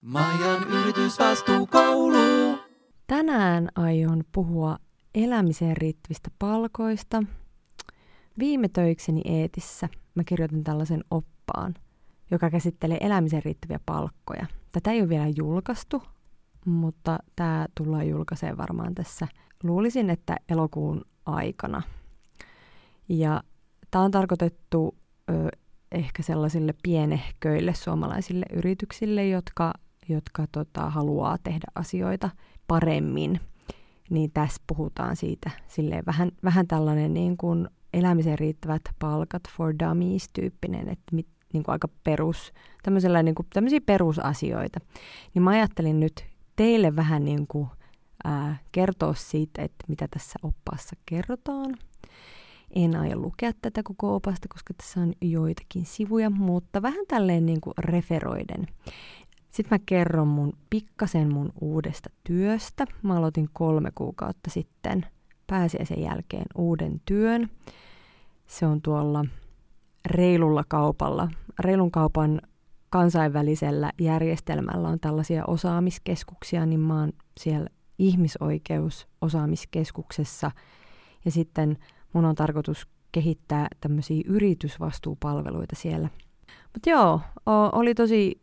Maijan yritysvastuukoulu. Tänään aion puhua elämiseen riittävistä palkoista. Viime töikseni Eetissä mä kirjoitin tällaisen oppaan, joka käsittelee elämiseen riittäviä palkkoja. Tätä ei ole vielä julkaistu, mutta tämä tullaan julkaiseen varmaan tässä. Luulisin, että elokuun aikana. Ja tämä on tarkoitettu ehkä sellaisille pienehköille suomalaisille yrityksille, jotka haluaa tehdä asioita paremmin. Niin tässä puhutaan siitä silleen vähän tällainen niin kuin elämiseen riittävät palkat for dummies -tyyppinen, että niin kuin aika tämmöisiä perusasioita. Niin mä ajattelin nyt teille vähän niin kuin, kertoa siitä, että mitä tässä oppaassa kerrotaan. En aio lukea tätä koko opasta, koska tässä on joitakin sivuja, mutta vähän tälleen niin kuin referoiden. Sitten mä kerron pikkasen mun uudesta työstä. Mä aloitin 3 kuukautta sitten pääsiäisen jälkeen uuden työn. Se on tuolla reilulla kaupalla. Reilun kaupan kansainvälisellä järjestelmällä on tällaisia osaamiskeskuksia, niin mä oon siellä ihmisoikeusosaamiskeskuksessa. Ja sitten mun on tarkoitus kehittää tämmöisiä yritysvastuupalveluita siellä. Mutta joo, oli tosi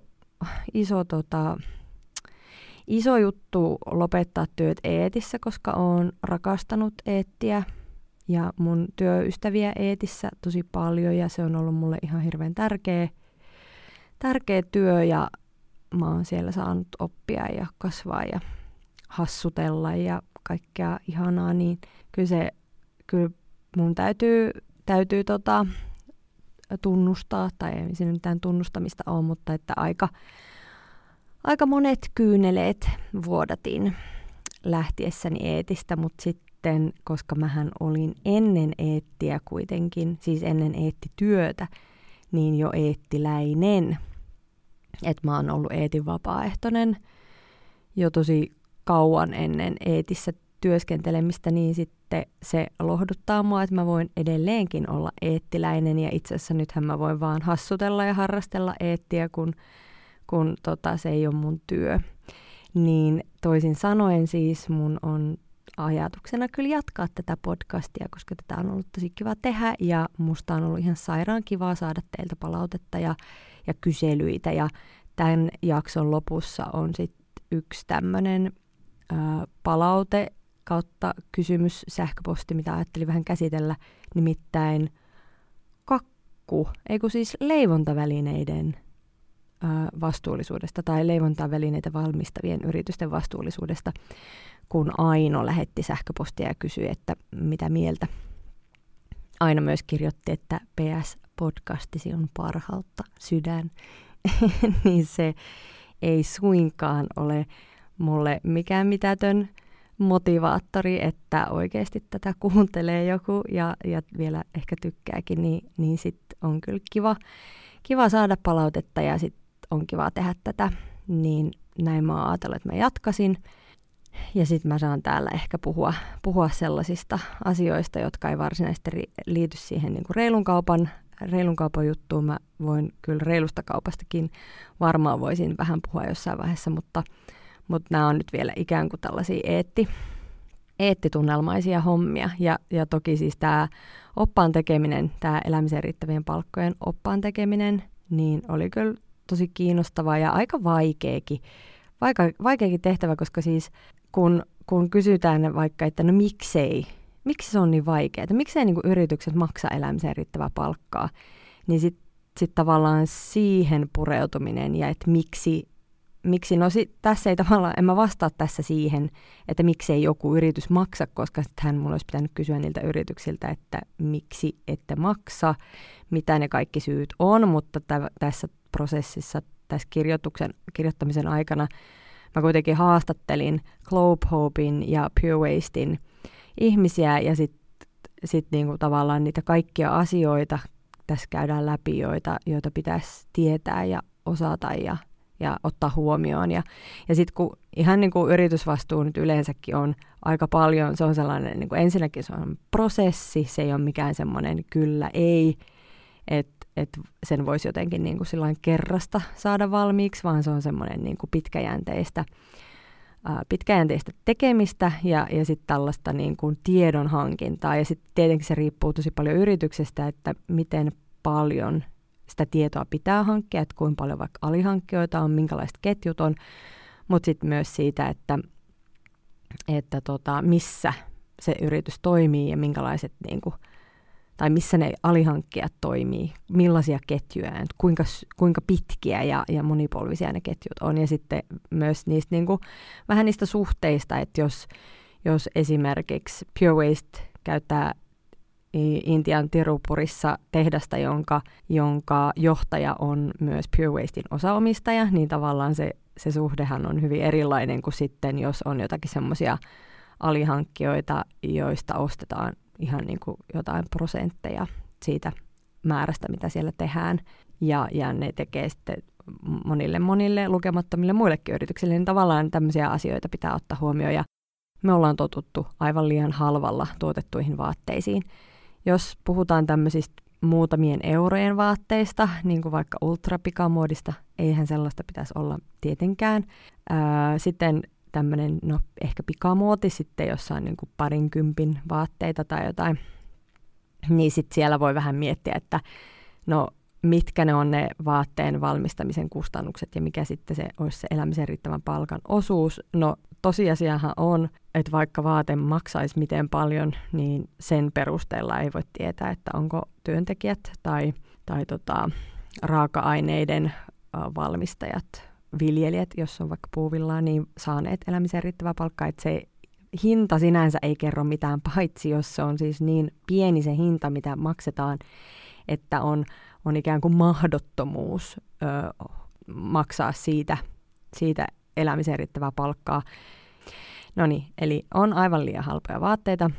iso juttu lopettaa työt Eetissä, koska oon rakastanut Eettiä ja mun työystäviä Eetissä tosi paljon ja se on ollut mulle ihan hirveän tärkeä työ ja mä oon siellä saanut oppia ja kasvaa ja hassutella ja kaikkea ihanaa, niin kyllä mun täytyy tunnustaa, tai ei siinä mitään tunnustamista ole, mutta että aika monet kyyneleet vuodatin lähtiessäni Eetistä, mutta sitten, koska mähän olin ennen Eettiä kuitenkin, siis ennen Eettityötä, niin jo eettiläinen. Että mä oon ollut Eetin vapaaehtoinen jo tosi kauan ennen Eetissä työskentelemistä, niin sitten se lohduttaa mua, että mä voin edelleenkin olla eettiläinen ja itse asiassa nythän mä voin vaan hassutella ja harrastella eettiä, kun se ei ole mun työ. Niin toisin sanoen siis mun on ajatuksena kyllä jatkaa tätä podcastia, koska tätä on ollut tosi kiva tehdä ja musta on ollut ihan sairaan kivaa saada teiltä palautetta ja kyselyitä ja tämän jakson lopussa on sitten yksi tämmöinen palaute kautta kysymys sähköposti, mitä ajattelin vähän käsitellä, nimittäin leivontavälineiden vastuullisuudesta tai leivontavälineitä valmistavien yritysten vastuullisuudesta, kun Aino lähetti sähköpostia ja kysyi, että mitä mieltä. Aino myös kirjoitti, että PS-podcastisi on parhautta sydän, niin se ei suinkaan ole mulle mikään mitätön motivaattori, että oikeasti tätä kuuntelee joku ja vielä ehkä tykkääkin, niin sitten on kyllä kiva saada palautetta ja sitten on kiva tehdä tätä, niin näin mä oon ajatellut, että mä jatkasin. Ja sitten mä saan täällä ehkä puhua sellaisista asioista, jotka ei varsinaisesti liity siihen niin kuin reilun kaupan juttuun. Mä voin kyllä reilusta kaupastakin varmaan voisin vähän puhua jossain vaiheessa, mutta nämä on nyt vielä ikään kuin tällaisia eettitunnelmaisia hommia. Ja toki siis tämä oppaan tekeminen, tämä elämiseen riittävien palkkojen oppaan tekeminen, niin oli kyllä tosi kiinnostavaa ja aika vaikeakin tehtävä, koska siis kun kysytään vaikka, että no miksi se on niin vaikeaa, miksei niin kuin yritykset maksaa elämiseen riittävää palkkaa, niin sit tavallaan siihen pureutuminen ja että miksi tässä ei tavallaan, en mä vastaa tässä siihen, että miksei joku yritys maksa, koska sittenhän mulla olisi pitänyt kysyä niiltä yrityksiltä, että miksi ette maksa, mitä ne kaikki syyt on, mutta tässä prosessissa, tässä kirjoittamisen aikana mä kuitenkin haastattelin Globe Hopein ja Pure Wastein ihmisiä ja sit niinku tavallaan niitä kaikkia asioita tässä käydään läpi, joita pitäisi tietää ja osata ja ottaa huomioon. Ja sitten kun ihan niin kuin yritysvastuu nyt yleensäkin on aika paljon, se on sellainen, niin kuin ensinnäkin se on prosessi, se ei ole mikään semmoinen kyllä ei, että sen voisi jotenkin niin kuin sillain kerrasta saada valmiiksi, vaan se on semmoinen niin kuin pitkäjänteistä tekemistä ja sitten tällaista niin kuin tiedon hankintaa. Ja sitten tietenkin se riippuu tosi paljon yrityksestä, että miten paljon sitä tietoa pitää hankkia, että kuinka paljon vaikka alihankkijoita on, minkälaiset ketjut on, mutta sitten myös siitä, että missä se yritys toimii ja minkälaiset, niin kuin, tai missä ne alihankkijat toimii, millaisia ketjuja, kuinka pitkiä ja monipolvisia ne ketjut on. Ja sitten myös niistä, niin kuin, vähän niistä suhteista, että jos esimerkiksi Pure Waste käyttää Intian Tirupurissa tehdasta, jonka johtaja on myös Pure Wastein osaomistaja, niin tavallaan se suhdehan on hyvin erilainen kuin sitten, jos on jotakin semmoisia alihankkijoita, joista ostetaan ihan niin kuin jotain prosentteja siitä määrästä, mitä siellä tehdään, ja ne tekee sitten monille lukemattomille muillekin yrityksille, niin tavallaan tämmöisiä asioita pitää ottaa huomioon, ja me ollaan totuttu aivan liian halvalla tuotettuihin vaatteisiin. Jos puhutaan tämmöisistä muutamien eurojen vaatteista, niin kuin vaikka ultrapikamuodista, eihän sellaista pitäisi olla tietenkään. Sitten tämmöinen, ehkä pikamuoti sitten, jossa on niin kuin 20 vaatteita tai jotain, niin sitten siellä voi vähän miettiä, että mitkä ne on ne vaatteen valmistamisen kustannukset ja mikä sitten se olisi se elämisen riittävän palkan osuus. No tosiasiahan on, että vaikka vaate maksaisi miten paljon, niin sen perusteella ei voi tietää, että onko työntekijät tai raaka-aineiden valmistajat, viljelijät, jos on vaikka puuvillaa, niin saaneet elämiseen riittävää palkkaa, että se hinta sinänsä ei kerro mitään, paitsi jos se on siis niin pieni se hinta, mitä maksetaan, että on ikään kuin mahdottomuus maksaa siitä elämiseen riittävää palkkaa. No niin, eli on aivan liian halpoja vaatteita.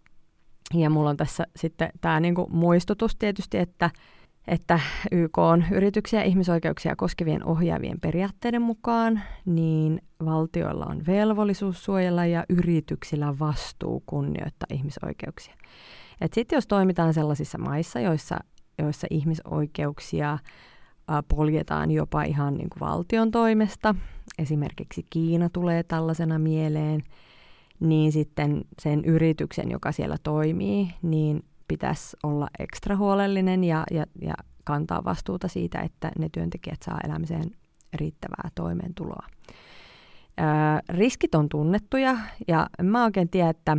Ja mulla on tässä sitten tämä niinku muistutus tietysti, että YK on yrityksiä ja ihmisoikeuksia koskevien ohjaavien periaatteiden mukaan, niin valtioilla on velvollisuus suojella ja yrityksillä vastuu kunnioittaa ihmisoikeuksia. Sitten jos toimitaan sellaisissa maissa, joissa ihmisoikeuksia poljetaan jopa ihan niin kuin valtion toimesta, esimerkiksi Kiina tulee tällaisena mieleen, niin sitten sen yrityksen, joka siellä toimii, niin pitäisi olla ekstra huolellinen ja kantaa vastuuta siitä, että ne työntekijät saa elämiseen riittävää toimeentuloa. Riskit on tunnettuja ja en mä oikein tiedä, että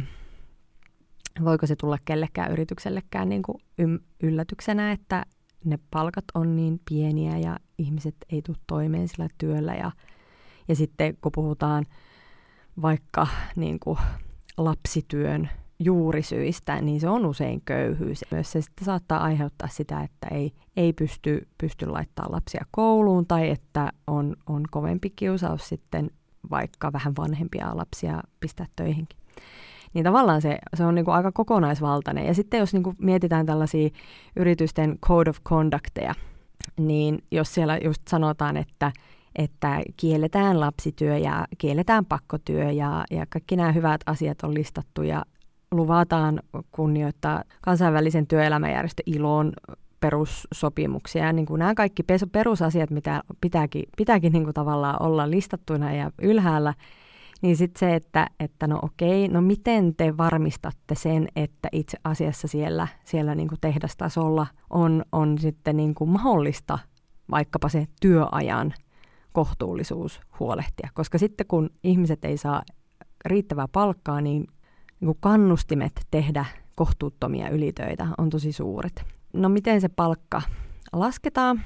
voiko se tulla kellekään yrityksellekään niin kuin yllätyksenä, että ne palkat on niin pieniä ja ihmiset ei tule toimeen sillä työllä. Ja sitten kun puhutaan vaikka niin kuin lapsityön juurisyistä, niin se on usein köyhyys. Myös se sitten saattaa aiheuttaa sitä, että ei pysty laittamaan lapsia kouluun tai että on kovempi kiusaus sitten vaikka vähän vanhempia lapsia pistää töihinkin. Niin tavallaan se on niinku aika kokonaisvaltainen. Ja sitten jos niinku mietitään tällaisia yritysten code of conducteja, niin jos siellä just sanotaan, että kielletään lapsityö ja kielletään pakkotyö ja kaikki nämä hyvät asiat on listattu ja luvataan kunnioittaa kansainvälisen työelämäjärjestö ILOn perussopimuksia. Niin kuin nämä kaikki perusasiat, mitä pitääkin niin kuin tavallaan olla listattuina ja ylhäällä, niin sitten se, että no okei, no miten te varmistatte sen, että itse asiassa siellä niin kuin tehdastasolla on sitten niin kuin mahdollista vaikkapa se työajan kohtuullisuus huolehtia. Koska sitten kun ihmiset ei saa riittävää palkkaa, niin kuin kannustimet tehdä kohtuuttomia ylitöitä on tosi suuret. No miten se palkka lasketaan?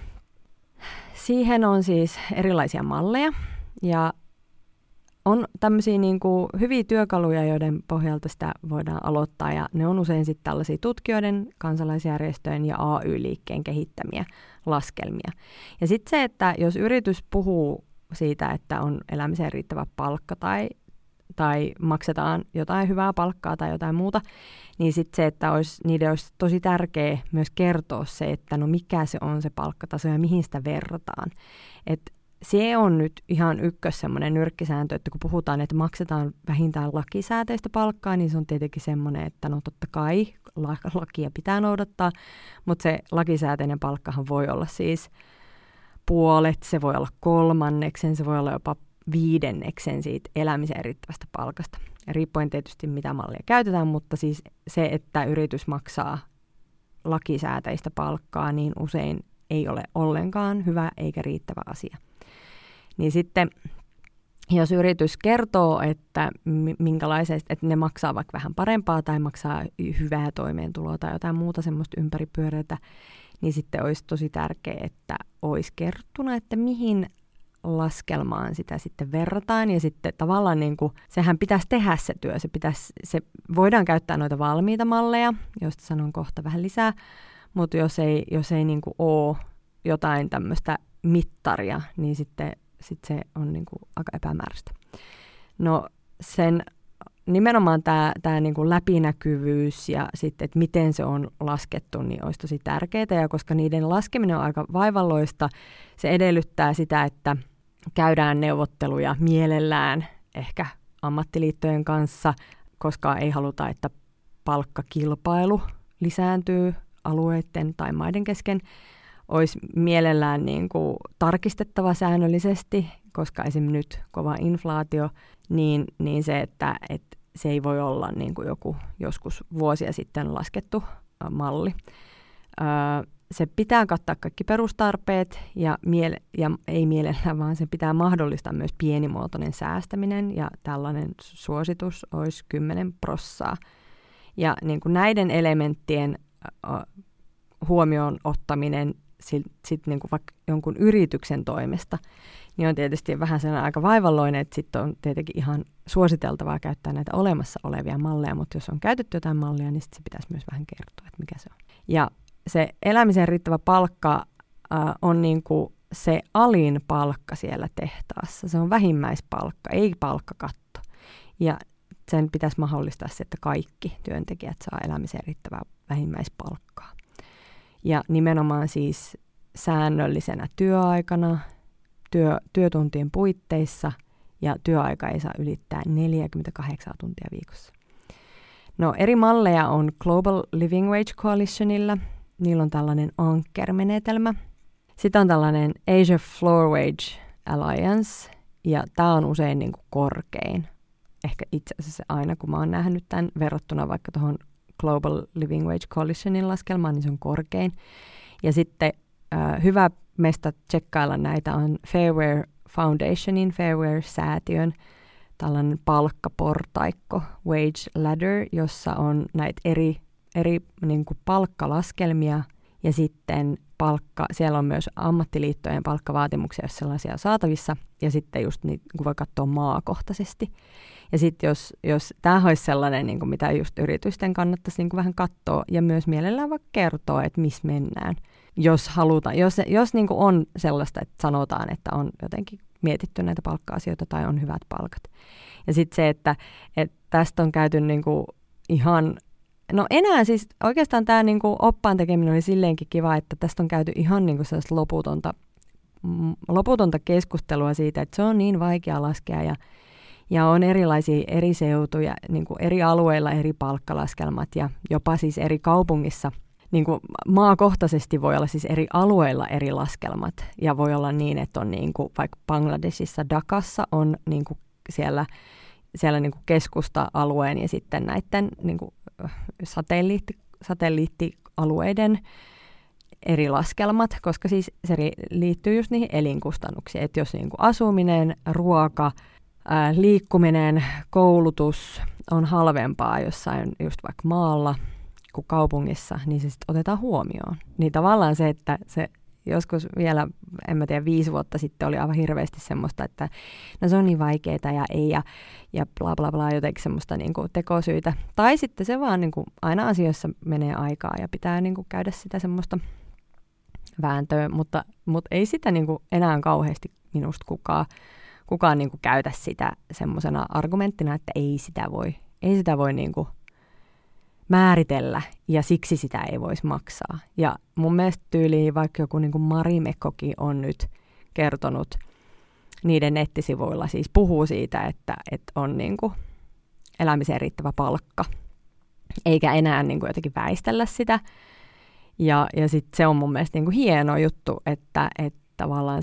Siihen on siis erilaisia malleja ja on tämmöisiä niin kuin hyviä työkaluja, joiden pohjalta sitä voidaan aloittaa ja ne on usein sitten tällaisia tutkijoiden, kansalaisjärjestöjen ja AY-liikkeen kehittämiä laskelmia. Ja sitten se, että jos yritys puhuu siitä, että on elämiseen riittävä palkka tai maksetaan jotain hyvää palkkaa tai jotain muuta, niin sitten se, että niiden olisi tosi tärkeää myös kertoa se, että no mikä se on se palkkataso ja mihin sitä verrataan. se on nyt ihan semmoinen nyrkkisääntö, että kun puhutaan, että maksetaan vähintään lakisääteistä palkkaa, niin se on tietenkin semmoinen, että no totta kai lakia pitää noudattaa, mutta se lakisääteinen palkkahan voi olla siis puolet, se voi olla kolmanneksen, se voi olla jopa viidenneksen siitä elämiseen riittävästä palkasta. Ja riippuen tietysti mitä mallia käytetään, mutta siis se, että yritys maksaa lakisääteistä palkkaa, niin usein ei ole ollenkaan hyvä eikä riittävä asia. Niin sitten, jos yritys kertoo, että minkälaisesta, että ne maksaa vaikka vähän parempaa tai maksaa hyvää toimeentuloa tai jotain muuta semmoista ympäripyöreätä, niin sitten olisi tosi tärkeää, että olisi kerrottuna, että mihin laskelmaan sitä sitten verrataan. Ja sitten tavallaan niin kuin, sehän pitäisi tehdä se työ. Voidaan käyttää noita valmiita malleja, joista sanon kohta vähän lisää, mutta jos ei niin kuin ole jotain tämmöistä mittaria, niin sitten se on niin kuin aika epämääräistä. No nimenomaan tämä niin kuin läpinäkyvyys ja sitten, että miten se on laskettu, niin olisi tosi tärkeää. Ja koska niiden laskeminen on aika vaivalloista, se edellyttää sitä, että käydään neuvotteluja mielellään ehkä ammattiliittojen kanssa, koska ei haluta, että palkkakilpailu lisääntyy alueiden tai maiden kesken. Olisi mielellään niin kuin tarkistettava säännöllisesti, koska esimerkiksi nyt kova inflaatio, niin se, että se ei voi olla niin kuin joku joskus vuosia sitten laskettu malli. Se pitää kattaa kaikki perustarpeet ja ei mielellään, vaan se pitää mahdollistaa myös pienimuotoinen säästäminen ja tällainen suositus olisi 10%. Ja niin kuin näiden elementtien huomioon ottaminen sit niin kuin vaikka jonkun yrityksen toimesta, niin on tietysti vähän sellainen aika vaivalloinen, että sitten on tietenkin ihan suositeltavaa käyttää näitä olemassa olevia malleja, mutta jos on käytetty jotain mallia, niin sitten se pitäisi myös vähän kertoa, että mikä se on. Ja se elämiseen riittävä palkka on niin kuin se alin palkka siellä tehtaassa. Se on vähimmäispalkka, ei palkkakatto. Ja sen pitäisi mahdollistaa se, että kaikki työntekijät saa elämiseen riittävää vähimmäispalkkaa. Ja nimenomaan siis säännöllisenä työaikana, työtuntien puitteissa ja työaika ei saa ylittää 48 tuntia viikossa. No eri malleja on Global Living Wage Coalitionilla. Niillä on tällainen Anker-menetelmä. Sitten on tällainen Asia Floor Wage Alliance, ja tämä on usein niin kuin korkein. Ehkä itse asiassa aina, kun mä oon nähnyt tämän verrattuna vaikka tuohon Global Living Wage Coalitionin laskelmaan, niin se on korkein. Ja sitten hyvä mesta tsekkailla näitä on Fairware Foundationin, Fairware-säätiön, tällainen palkkaportaikko, Wage Ladder, jossa on näitä eri niin kuin palkkalaskelmia ja sitten siellä on myös ammattiliittojen palkkavaatimuksia, jos sellaisia on saatavissa, ja sitten just niitä voi katsoa maakohtaisesti. Ja sitten jos tämä olisi sellainen, niin kuin mitä just yritysten kannattaisi niin kuin vähän katsoa, ja myös mielellään vaikka kertoa, että missä mennään, jos halutaan. Jos niin kuin on sellaista, että sanotaan, että on jotenkin mietitty näitä palkka-asioita tai on hyvät palkat. Ja sitten se, että tästä on käyty niin kuin ihan... No enää siis oikeastaan tämä niinku oppaan tekeminen oli silleenkin kiva, että tästä on käyty ihan niinku sellaista loputonta keskustelua siitä, että se on niin vaikea laskea ja on erilaisia eri seutuja, niinku eri alueilla eri palkkalaskelmat ja jopa siis eri kaupungissa. Niinku maakohtaisesti voi olla siis eri alueilla eri laskelmat ja voi olla niin, että on niinku vaikka Bangladesissa Dhakassa on niinku siellä niinku keskusta-alueen ja sitten näiden niinku satelliittialueiden eri laskelmat, koska siis se liittyy just niihin elinkustannuksiin, että jos niin kuin asuminen, ruoka, liikkuminen, koulutus on halvempaa jossain just vaikka maalla kuin kaupungissa, niin se sitten otetaan huomioon. Niin tavallaan se, että se joskus vielä, en mä tiedä, 5 vuotta sitten oli aivan hirveästi semmoista, että no se on niin vaikeaa ja bla bla bla, jotenkin semmoista niin kuin tekosyitä. Tai sitten se vaan niin kuin aina asioissa menee aikaa ja pitää niin kuin käydä sitä semmoista vääntöä, mutta ei sitä niin kuin enää kauheasti minusta kukaan niin kuin käytä sitä semmoisena argumenttina, että ei sitä voi niin kuin määritellä ja siksi sitä ei voisi maksaa. Ja mun mielestä tyyliin vaikka joku niin kuin Marimekkokin on nyt kertonut, niiden nettisivuilla siis puhuu siitä, että on niin kuin elämiseen riittävä palkka, eikä enää niin kuin jotenkin väistellä sitä. Ja sitten se on mun mielestä niin kuin hieno juttu, että tavallaan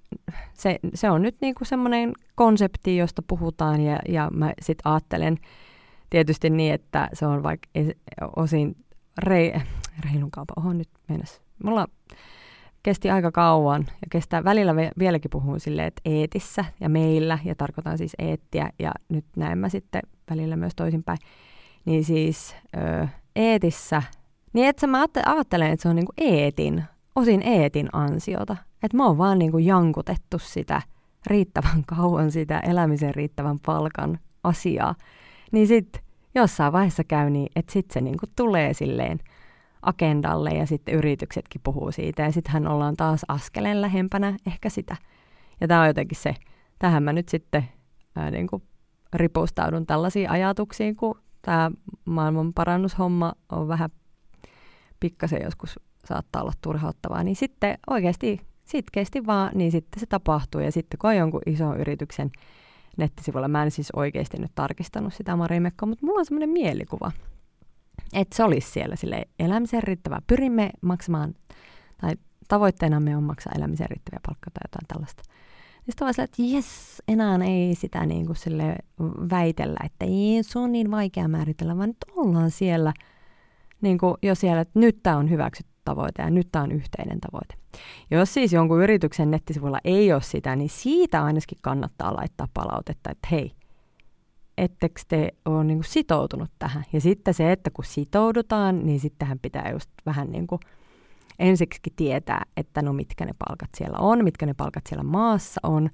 se on nyt niin kuin semmoinen konsepti, josta puhutaan, ja mä sitten ajattelen tietysti niin, että se on vaikka osin reilun kaupan, nyt mennessä. Mulla kesti aika kauan ja kestää välillä vieläkin puhun silleen, että eetissä ja meillä, ja tarkoitan siis eettiä, ja nyt näen mä sitten välillä myös toisinpäin, niin siis eetissä, niin että mä ajattelen, että se on niinku osin eetin ansiota, että mä oon vaan niinku jankutettu sitä riittävän kauan sitä elämisen riittävän palkan asiaa, niin sitten jossain vaiheessa käy niin, että sitten se niinku tulee silleen agendalle ja sitten yrityksetkin puhuu siitä ja sittenhän ollaan taas askeleen lähempänä ehkä sitä. Ja tämä on jotenkin se, tähän mä nyt sitten niinku ripustaudun tällaisiin ajatuksiin, kun tämä maailman parannushomma on vähän pikkasen joskus saattaa olla turhauttavaa, niin sitten oikeasti sitkeästi vaan, niin sitten se tapahtuu. Ja sitten kun on jonkun ison yrityksen nettisivuilla, mä en siis oikeasti nyt tarkistanut sitä Marimekkoa, mutta mulla on semmoinen mielikuva, että se olisi siellä sille elämiseen riittävää. Pyrimme maksamaan, tai tavoitteenamme on maksaa elämiseen riittäviä palkkaa tai jotain tällaista. Ja sitten vaan silleen, että jes, enää ei sitä niin kuin sille väitellä, että ei, se on niin vaikea määritellä, vaan nyt ollaan siellä, niin kuin jo siellä, että nyt tämä on hyväksytty tavoite ja nyt tämä on yhteinen tavoite. Jos siis jonkun yrityksen nettisivuilla ei ole sitä, niin siitä ainakin kannattaa laittaa palautetta, että hei, ettekö te ole niin kuin sitoutunut tähän. Ja sitten se, että kun sitoudutaan, niin sittenhän pitää just vähän niin kuin ensiksi tietää, että no mitkä ne palkat siellä on, mitkä ne palkat siellä maassa on,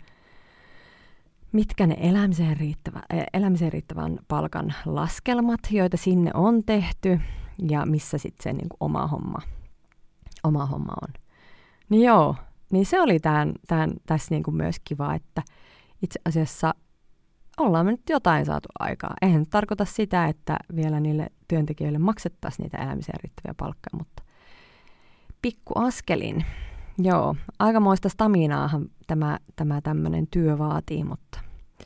mitkä ne elämiseen riittävän palkan laskelmat, joita sinne on tehty, ja missä sitten se niin kuin oma homma on. Niin joo, niin se oli tässä niin kuin myös kiva, että itse asiassa ollaan me nyt jotain saatu aikaa. Eihän nyt tarkoita sitä, että vielä niille työntekijöille maksettaisiin niitä elämiseen riittäviä palkkoja, mutta pikku askelin. Joo, aikamoista staminaahan tämä tämmöinen työ vaatii, mutta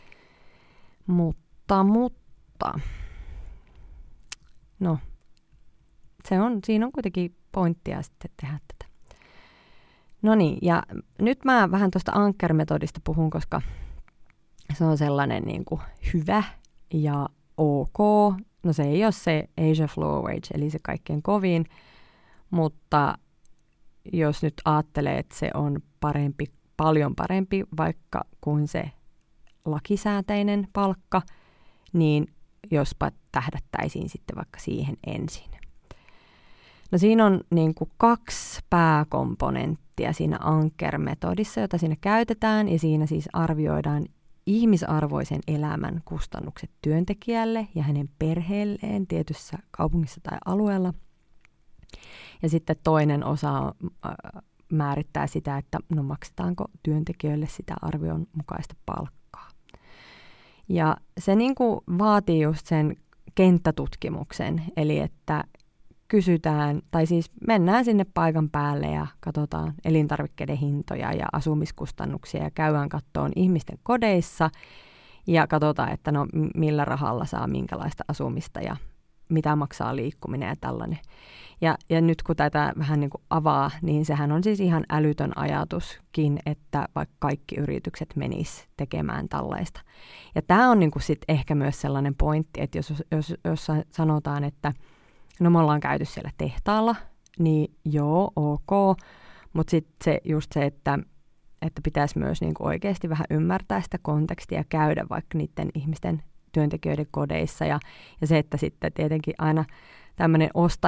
no, siinä on kuitenkin pointtia sitten tehdä tätä. No niin, ja nyt mä vähän tuosta Anker-metodista puhun, koska se on sellainen niin kuin hyvä ja ok. No se ei ole se Asia Floor Wage, eli se kaikkein kovin, mutta jos nyt ajattelee, että se on parempi, paljon parempi vaikka kuin se lakisääteinen palkka, niin jospa tähdättäisiin sitten vaikka siihen ensin. No siinä on niin kuin 2 pääkomponenttia siinä Anker-metodissa, jota siinä käytetään, ja siinä siis arvioidaan ihmisarvoisen elämän kustannukset työntekijälle ja hänen perheelleen tietyssä kaupungissa tai alueella. Ja sitten toinen osa määrittää sitä, että no maksetaanko työntekijöille sitä arvion mukaista palkkaa. Ja se niin kuin vaatii just sen kenttätutkimuksen, eli että kysytään, tai siis mennään sinne paikan päälle ja katsotaan elintarvikkeiden hintoja ja asumiskustannuksia ja käydään kattoon ihmisten kodeissa ja katsotaan, että no millä rahalla saa minkälaista asumista ja mitä maksaa liikkuminen ja tällainen. Ja nyt kun tätä vähän niin kuin avaa, niin sehän on siis ihan älytön ajatuskin, että vaikka kaikki yritykset menis tekemään tällaista. Ja tämä on niin kuin sit ehkä myös sellainen pointti, että jos sanotaan, että no me ollaan käyty siellä tehtaalla, niin joo, ok, mutta sitten just se, että pitäisi myös niinku oikeasti vähän ymmärtää sitä kontekstia ja käydä vaikka niiden ihmisten työntekijöiden kodeissa ja se, että sitten tietenkin aina tämmöinen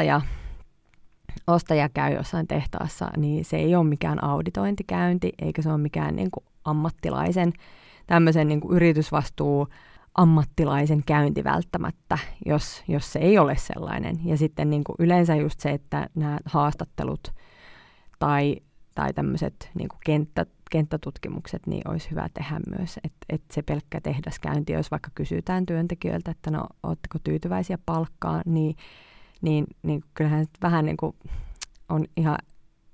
ostaja käy jossain tehtaassa, niin se ei ole mikään auditointikäynti, eikä se ole mikään niinku ammattilaisen tämmöisen niinku yritysvastuu ammattilaisen käynti välttämättä, jos se ei ole sellainen. Ja sitten niin kuin yleensä just se, että nämä haastattelut tai tämmöiset niin kuin kenttätutkimukset, niin olisi hyvä tehdä myös. Että se pelkkä tehdaskäynti, jos vaikka kysytään työntekijöiltä, että no, ootteko tyytyväisiä palkkaan, niin kyllähän vähän niin kuin on ihan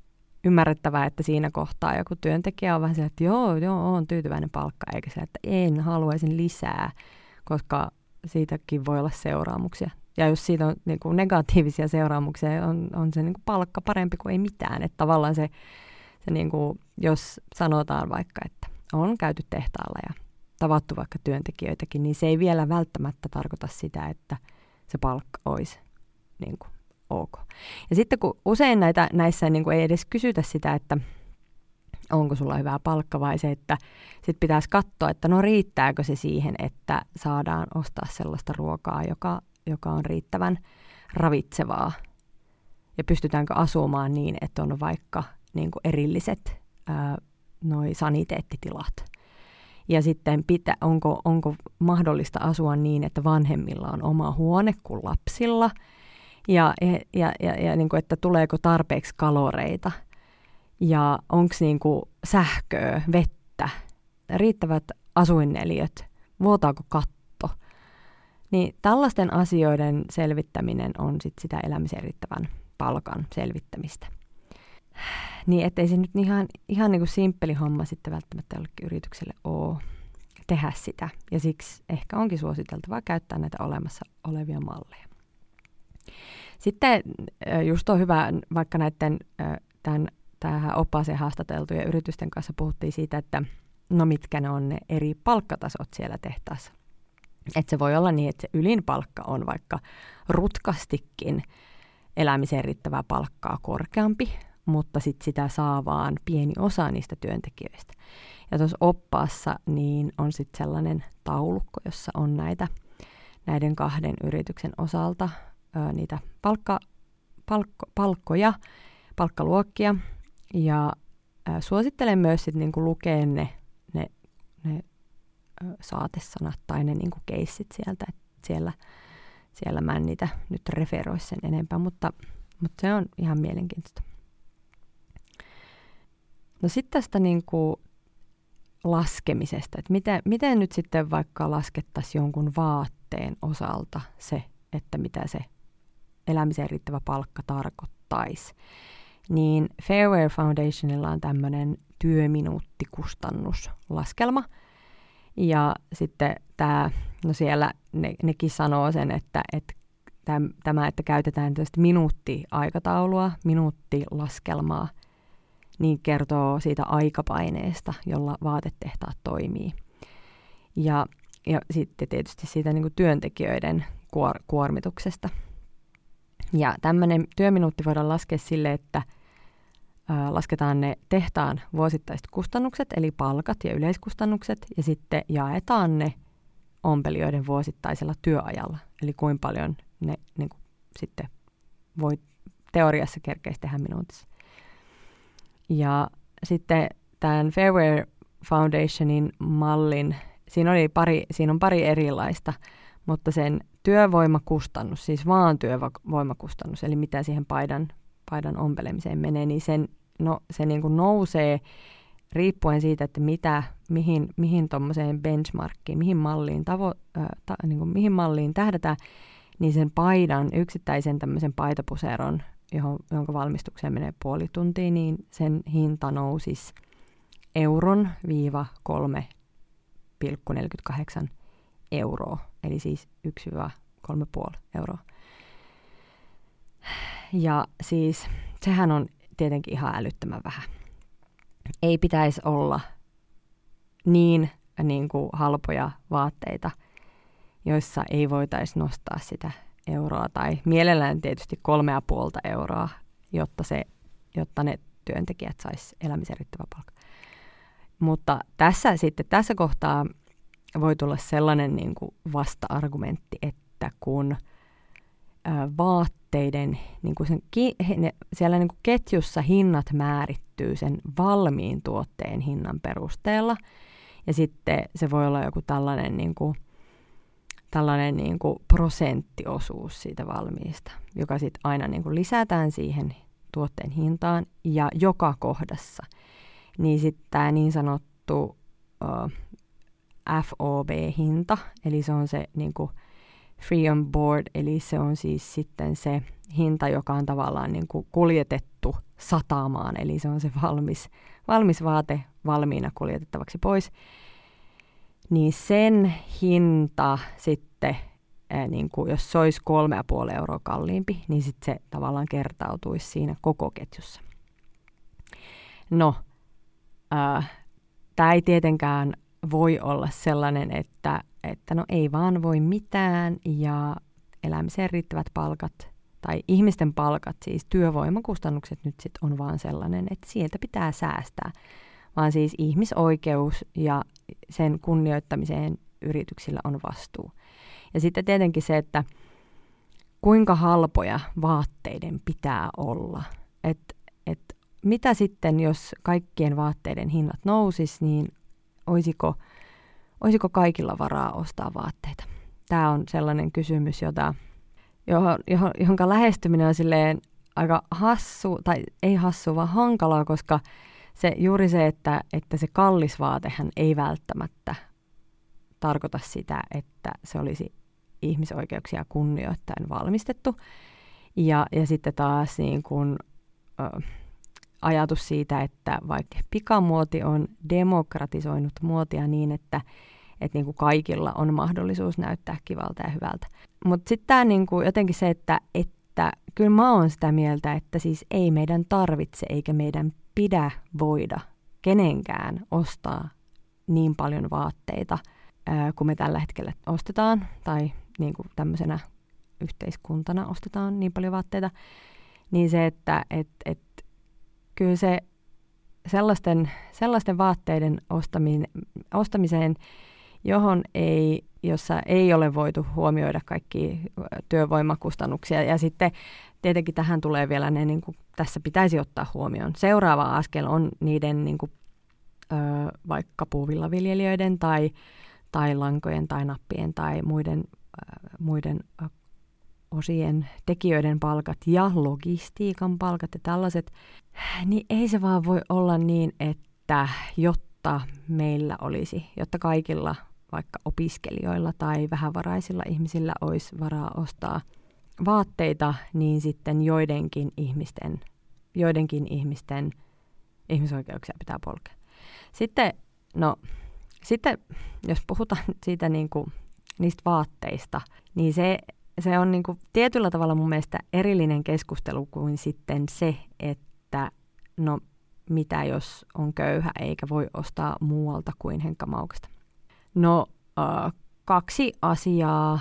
ymmärrettävää, että siinä kohtaa joku työntekijä on vähän se, että joo, on tyytyväinen palkka, eikä se, että haluaisin lisää, koska siitäkin voi olla seuraamuksia. Ja jos siitä on niin kuin negatiivisia seuraamuksia, on se niin kuin palkka parempi kuin ei mitään. Että tavallaan se niin kuin, jos sanotaan vaikka, että on käyty tehtaalla ja tavattu vaikka työntekijöitäkin, niin se ei vielä välttämättä tarkoita sitä, että se palkka olisi niin kuin ok. Ja sitten kun usein näissä niin kuin ei edes kysytä sitä, että onko sulla hyvää palkka, vai se, että sit pitäisi katsoa, että no riittääkö se siihen, että saadaan ostaa sellaista ruokaa, joka on riittävän ravitsevaa. Ja pystytäänkö asumaan niin, että on vaikka niin kuin erilliset noi saniteettitilat. Ja sitten onko mahdollista asua niin, että vanhemmilla on oma huone kuin lapsilla. Ja niin kuin, että tuleeko tarpeeksi kaloreita. Ja onko niin kuin sähköä, vettä, riittävät asuinneliöt, vuotaako katto. Niin tällaisten asioiden selvittäminen on sit sitä elämisen riittävän palkan selvittämistä. Niin ettei se nyt ihan niin kuin simppeli homma sitten välttämättä jollekin yritykselle ole tehdä sitä. Ja siksi ehkä onkin suositeltavaa käyttää näitä olemassa olevia malleja. Sitten just on hyvä, vaikka näiden tähän oppaaseen haastateltujen yritysten kanssa puhuttiin siitä, että no mitkä ne on ne eri palkkatasot siellä tehtaassa. Että se voi olla niin, että se ylin palkka on vaikka rutkastikin elämiseen riittävää palkkaa korkeampi, mutta sitten sitä saa vaan pieni osa niistä työntekijöistä. Ja tuossa oppaassa niin on sitten sellainen taulukko, jossa on näiden kahden yrityksen osalta niitä palkkaluokkia. Ja suosittelen myös sit niinku lukea ne saatesanat tai ne niinku keissit sieltä. Siellä mä en niitä nyt referoi sen enempää, mutta se on ihan mielenkiintoista. No sitten tästä niinku laskemisesta, että miten nyt sitten vaikka laskettaisiin jonkun vaatteen osalta se, että mitä se elämiseen riittävä palkka tarkoittaisi. Niin Fairware Foundationilla on tämmöinen työminuuttikustannuslaskelma. Ja sitten siellä nekin sanoo sen, että käytetään tästä minuuttiaikataulua, minuuttilaskelmaa, niin kertoo siitä aikapaineesta, jolla vaatetehtaat toimii. Ja sitten tietysti siitä niin kuin työntekijöiden kuormituksesta. Ja tämmöinen työminuutti voidaan laskea sille, että lasketaan ne tehtaan vuosittaiset kustannukset, eli palkat ja yleiskustannukset, ja sitten jaetaan ne ompelijoiden vuosittaisella työajalla, eli kuinka paljon ne niin kuin, sitten voi teoriassa kerkeästi tehdä minuutissa. Ja sitten tämän Fairware Foundationin mallin, siinä on pari erilaista, mutta sen työvoimakustannus, siis vaan työvoimakustannus, eli mitä siihen paidan ompelemiseen menee, niin se niin kuin nousee riippuen siitä, että mihin tuommoiseen benchmarkkiin, mihin malliin tähdätään, niin sen yksittäisen tämmöisen paitapuseron, jonka valmistukseen menee puoli tuntia, niin sen hinta nousisi 1-3,48 €, eli siis 1-3,5 €. Ja siis sehän on tietenkin ihan älyttömän vähän. Ei pitäisi olla niin kuin halpoja vaatteita, joissa ei voitaisi nostaa sitä euroa, tai mielellään tietysti 3,5 €, jotta ne työntekijät sais elämisen riittävä palkka. Mutta tässä kohtaa voi tulla sellainen niin kuin vasta-argumentti, että kun vaatteiden niin kuin siellä niin kuin ketjussa hinnat määrittyy sen valmiin tuotteen hinnan perusteella, ja sitten se voi olla joku tällainen niin kuin prosenttiosuus siitä valmiista, joka sitten aina niin kuin lisätään siihen tuotteen hintaan, ja joka kohdassa, niin sitten tämä niin sanottu FOB-hinta, eli se on se niin kuin free on board, eli se on siis sitten se hinta, joka on tavallaan niin kuin kuljetettu satamaan, eli se on se valmis vaate valmiina kuljetettavaksi pois, niin sen hinta sitten, niin kuin jos se olisi 3,5 euroa kalliimpi, niin sitten se tavallaan kertautuisi siinä koko ketjussa. No, tämä ei tietenkään voi olla sellainen, että no ei vaan voi mitään ja elämiseen riittävät palkat tai ihmisten palkat, siis työvoimakustannukset nyt sitten on vaan sellainen, että sieltä pitää säästää, vaan siis ihmisoikeus ja sen kunnioittamiseen yrityksillä on vastuu. Ja sitten tietenkin se, että kuinka halpoja vaatteiden pitää olla. Et mitä sitten, jos kaikkien vaatteiden hinnat nousis, niin olisiko kaikilla varaa ostaa vaatteita? Tämä on sellainen kysymys, johonka lähestyminen on silleen aika hassu, tai ei hassu, vaan hankalaa, koska juuri se, että se kallis vaatehan ei välttämättä tarkoita sitä, että se olisi ihmisoikeuksia kunnioittaen valmistettu. Ja sitten taas niin kun, ajatus siitä, että vaikka pikamuoti on demokratisoinut muotia niin, että niin kuin kaikilla on mahdollisuus näyttää kivalta ja hyvältä. Mutta sitten tämä niin kuin jotenkin se, että kyllä mä oon sitä mieltä, että siis ei meidän tarvitse eikä meidän pidä voida kenenkään ostaa niin paljon vaatteita, kun me tällä hetkellä ostetaan, tai niin kuin tämmöisenä yhteiskuntana ostetaan niin paljon vaatteita, niin se, että kyllä se sellaisten vaatteiden ostamiseen, jossa ei ole voitu huomioida kaikkia työvoimakustannuksia. Ja sitten tietenkin tähän tulee vielä ne, niin kuin tässä pitäisi ottaa huomioon. Seuraava askel on niiden niin kuin, vaikka puuvillaviljelijöiden tai lankojen tai nappien tai muiden osien tekijöiden palkat ja logistiikan palkat ja tällaiset, niin ei se vaan voi olla niin, että jotta kaikilla vaikka opiskelijoilla tai vähävaraisilla ihmisillä olisi varaa ostaa vaatteita, niin sitten joidenkin ihmisten ihmisoikeuksia pitää polkea. Sitten jos puhutaan siitä niistä vaatteista, niin se on niin kuin tietyllä tavalla mun mielestä erillinen keskustelu kuin sitten se, että no mitä jos on köyhä eikä voi ostaa muualta kuin henkkamaukasta. No kaksi asiaa.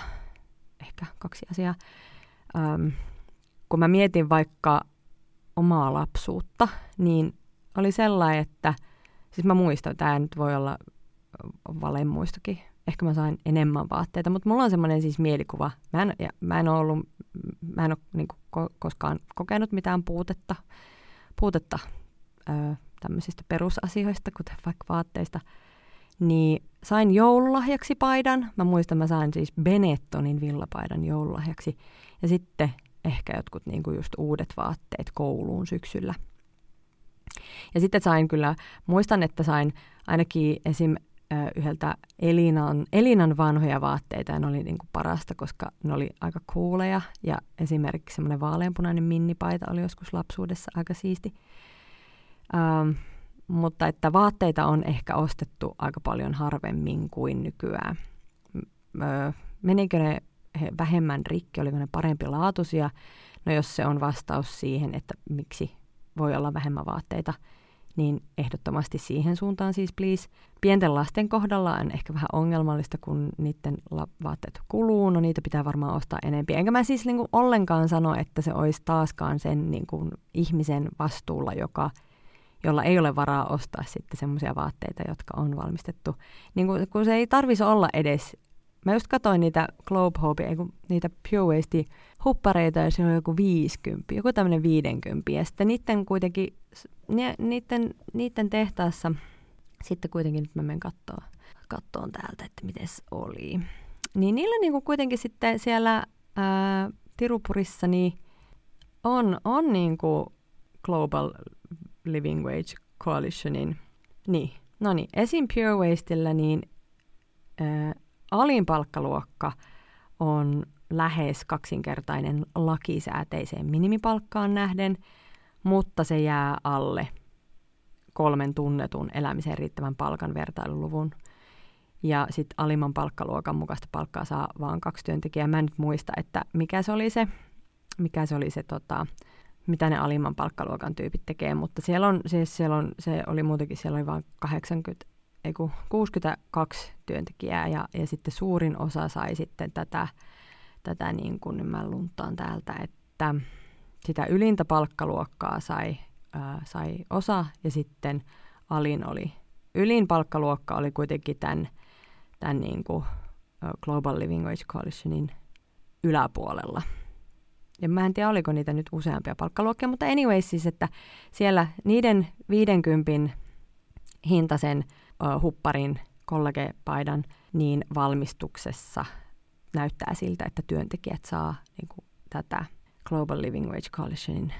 Kun mä mietin vaikka omaa lapsuutta, niin oli sellainen, että siis mä muistan, tämä nyt voi olla valemuistokin. Ehkä mä sain enemmän vaatteita, mutta mulla on semmoinen siis mielikuva. Mä en ole niinku koskaan kokenut mitään puutetta tämmöisistä perusasioista, kuten vaikka vaatteista. Niin sain joululahjaksi paidan. Mä muistan, mä sain siis Benettonin villapaidan joululahjaksi. Ja sitten ehkä jotkut niinku just uudet vaatteet kouluun syksyllä. Ja sitten muistan, että sain ainakin esim. Yhdeltä Elinan vanhoja vaatteita, ja ne oli niinku parasta, koska ne oli aika cooleja, ja esimerkiksi semmoinen vaaleanpunainen minnipaita oli joskus lapsuudessa aika siisti. Mutta että vaatteita on ehkä ostettu aika paljon harvemmin kuin nykyään. Menikö ne vähemmän rikki, oliko ne parempi laatuisia? No jos se on vastaus siihen, että miksi voi olla vähemmän vaatteita, niin ehdottomasti siihen suuntaan siis please. Pienten lasten kohdalla on ehkä vähän ongelmallista, kun niiden vaatteet kuluu, no niitä pitää varmaan ostaa enemmän. Enkä mä siis niinku ollenkaan sano, että se olisi taaskaan sen niinku ihmisen vastuulla, jolla ei ole varaa ostaa sitten semmoisia vaatteita, jotka on valmistettu. Niin kun se ei tarvitsisi olla edes. Mä just katsoin niitä Globe Hope, niitä Pure Waste huppareita, ja se on joku 50, joku tämmöinen 50. Ja sitten niiden kuitenkin, niiden tehtaassa, sitten kuitenkin nyt mä menen kattoon täältä, että mites oli. Niin niillä niinku kuitenkin sitten siellä Tirupurissa niin on niinku Global Living Wage Coalitionin, esim. Pure Wastella niin alin palkkaluokka on lähes kaksinkertainen lakisääteiseen minimipalkkaan nähden. mutta se jää alle 3 tunnetun elämiseen riittävän palkan vertailuluvun. Ja sitten alimman palkkaluokan mukaista palkkaa saa vaan 2 työntekijää. Mä en nyt muista, että mikä se oli se mitä ne alimman palkkaluokan tyypit tekee, mutta siellä se oli muutenkin, siellä oli vain 62 työntekijää ja sitten suurin osa sai sitten tätä niin kuin nyt mä luntaan täältä, että sitä ylintä palkkaluokkaa sai osa ja sitten ylin palkkaluokka oli kuitenkin tämän niin kuin Global Living Wage Coalitionin yläpuolella. Ja mä en tiedä, oliko niitä nyt useampia palkkaluokkia, mutta anyways siis, että siellä niiden 50 hintaisen hupparin kollegepaidan niin valmistuksessa näyttää siltä, että työntekijät saa niin kuin tätä Global Living Wage Coalitionin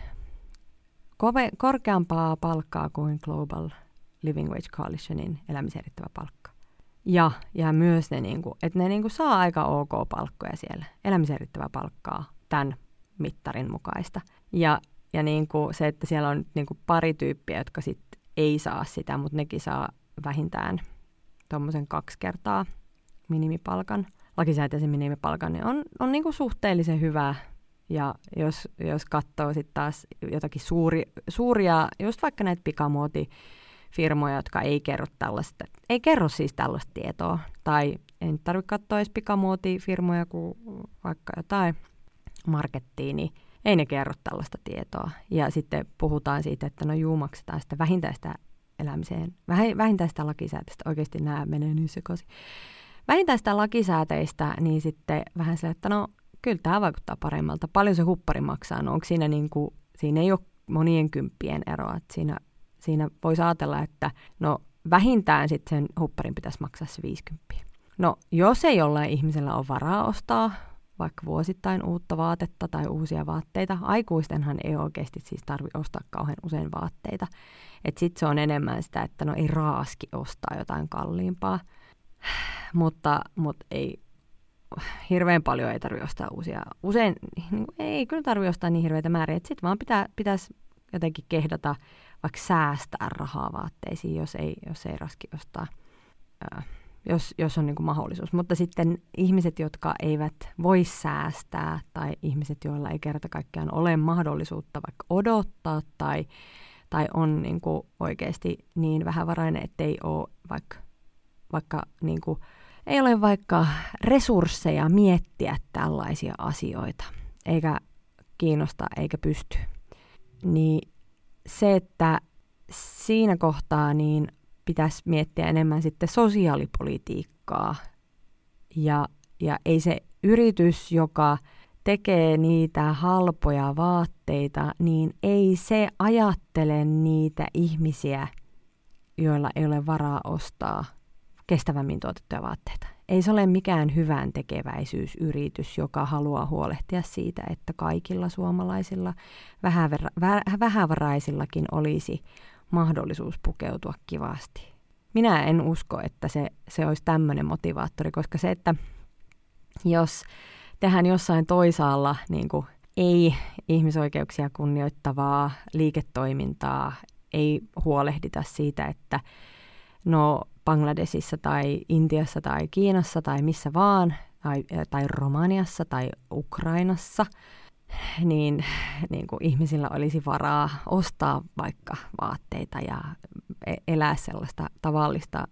korkeampaa palkkaa kuin Global Living Wage Coalitionin elämiseen riittävä palkka. Ja myös ne, niin kuin, että ne niin kuin saa aika ok palkkoja siellä, elämiseen riittävää palkkaa tämän mittarin mukaista. Ja niin kuin se, että siellä on niin kuin pari tyyppiä, jotka sitten ei saa sitä, mutta nekin saa vähintään tuommoisen 2 kertaa minimipalkan. Lakisääteisen minimipalkan niin on niin kuin suhteellisen hyvä. Ja jos katsoo sitten taas jotakin suuria, just vaikka näitä pikamuotifirmoja, jotka ei kerro siis tällaista tietoa. Tai ei tarvitse katsoa edes pikamuotifirmoja, kuin vaikka jotain markettiin, niin ei ne kerro tällaista tietoa. Ja sitten puhutaan siitä, että maksetaan sitä vähintään sitä elämiseen, vähintään sitä lakisääteistä, oikeasti nämä menee niin sekaisin. Vähintään sitä lakisääteistä, niin sitten vähän se, että kyllä tämä vaikuttaa paremmalta. Paljon se huppari maksaa, onko siinä siinä ei ole monien kymppien eroa. Että siinä voisi ajatella, että vähintään sitten sen hupparin pitäisi maksaa se 50. Jos ei jollain ihmisellä ole varaa ostaa vaikka vuosittain uutta vaatetta tai uusia vaatteita. Aikuistenhan ei oikeasti siis tarvitse ostaa kauhean usein vaatteita. Sitten se on enemmän sitä, että ei raaski ostaa jotain kalliimpaa. Mutta ei, hirveän paljon ei tarvitse ostaa uusia. Usein ei kyllä tarvitse ostaa niin hirveitä määriä. Sitten vaan pitäisi jotenkin kehdata vaikka säästää rahaa vaatteisiin, jos ei raski ostaa. Jos on niin kuin mahdollisuus. Mutta sitten ihmiset, jotka eivät voi säästää tai ihmiset, joilla ei kerta kaikkiaan ole mahdollisuutta vaikka odottaa tai on niin kuin oikeasti niin vähävarainen, ettei ole vaikka niin kuin, ei ole vaikka resursseja miettiä tällaisia asioita, eikä kiinnosta eikä pysty. Niin se, että siinä kohtaa niin pitäisi miettiä enemmän sitten sosiaalipolitiikkaa ja ei se yritys, joka tekee niitä halpoja vaatteita, niin ei se ajattele niitä ihmisiä, joilla ei ole varaa ostaa kestävämmin tuotettuja vaatteita. Ei se ole mikään hyvän tekeväisyysyritys, joka haluaa huolehtia siitä, että kaikilla suomalaisilla vähävaraisillakin olisi mahdollisuus pukeutua kivasti. Minä en usko, että se olisi tämmöinen motivaattori, koska se, että jos tehdään jossain toisaalla niin kuin ei ihmisoikeuksia kunnioittavaa liiketoimintaa, ei huolehdita siitä, että Bangladesissa tai Intiassa tai Kiinassa tai missä vaan, tai Romaniassa tai Ukrainassa, niin kuin ihmisillä olisi varaa ostaa vaikka vaatteita ja elää sellaista tavallista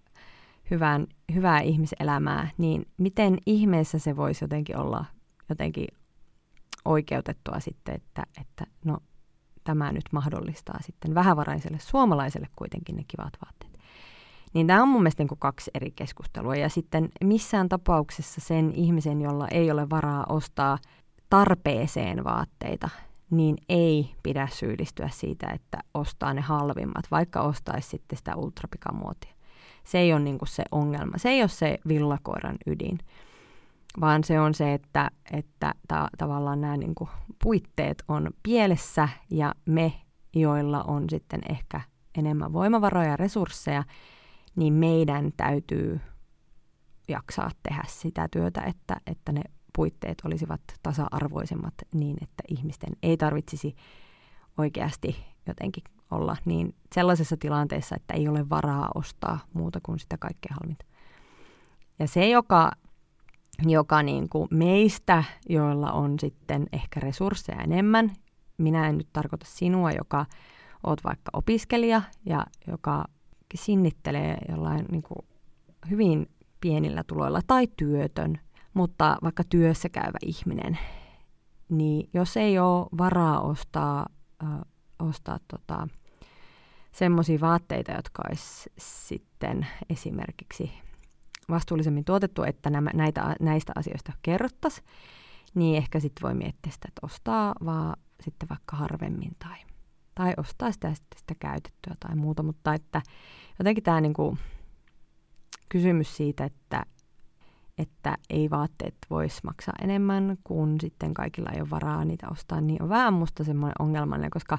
hyvää ihmiselämää, niin miten ihmeessä se voisi jotenkin olla jotenkin oikeutettua sitten, että tämä nyt mahdollistaa sitten vähävaraiselle suomalaiselle kuitenkin ne kivat vaatteet. Niin tämä on mun mielestä niin kuin 2 eri keskustelua. Ja sitten missään tapauksessa sen ihmisen, jolla ei ole varaa ostaa tarpeeseen vaatteita, niin ei pidä syyllistyä siitä, että ostaa ne halvimmat, vaikka ostaisi sitten sitä ultrapikamuotia. Se ei ole niin kuin se ongelma. Se ei ole se villakoiran ydin, vaan se on se, että tavallaan nämä niin kuin puitteet on pielessä ja me, joilla on sitten ehkä enemmän voimavaroja ja resursseja, niin meidän täytyy jaksaa tehdä sitä työtä, että ne puitteet olisivat tasa-arvoisemmat niin, että ihmisten ei tarvitsisi oikeasti jotenkin olla niin sellaisessa tilanteessa, että ei ole varaa ostaa muuta kuin sitä kaikkein halvinta. Ja se, joka niin kuin meistä, joilla on sitten ehkä resursseja enemmän, minä en nyt tarkoita sinua, joka oot vaikka opiskelija ja joka sinnittelee jollain niin kuin hyvin pienillä tuloilla tai työtön, mutta vaikka työssä käyvä ihminen, niin jos ei ole varaa ostaa semmoisia vaatteita, jotka olisi sitten esimerkiksi vastuullisemmin tuotettu, että näistä asioista kerrottaisiin, niin ehkä sitten voi miettiä sitä, että ostaa vaan sitten vaikka harvemmin tai ostaa sitä käytettyä tai muuta, mutta että jotenkin tämä niinku kysymys siitä, että ei vaatteet voisi maksaa enemmän, kun sitten kaikilla ei ole varaa niitä ostaa, niin on vähän musta semmoinen ongelmallinen, koska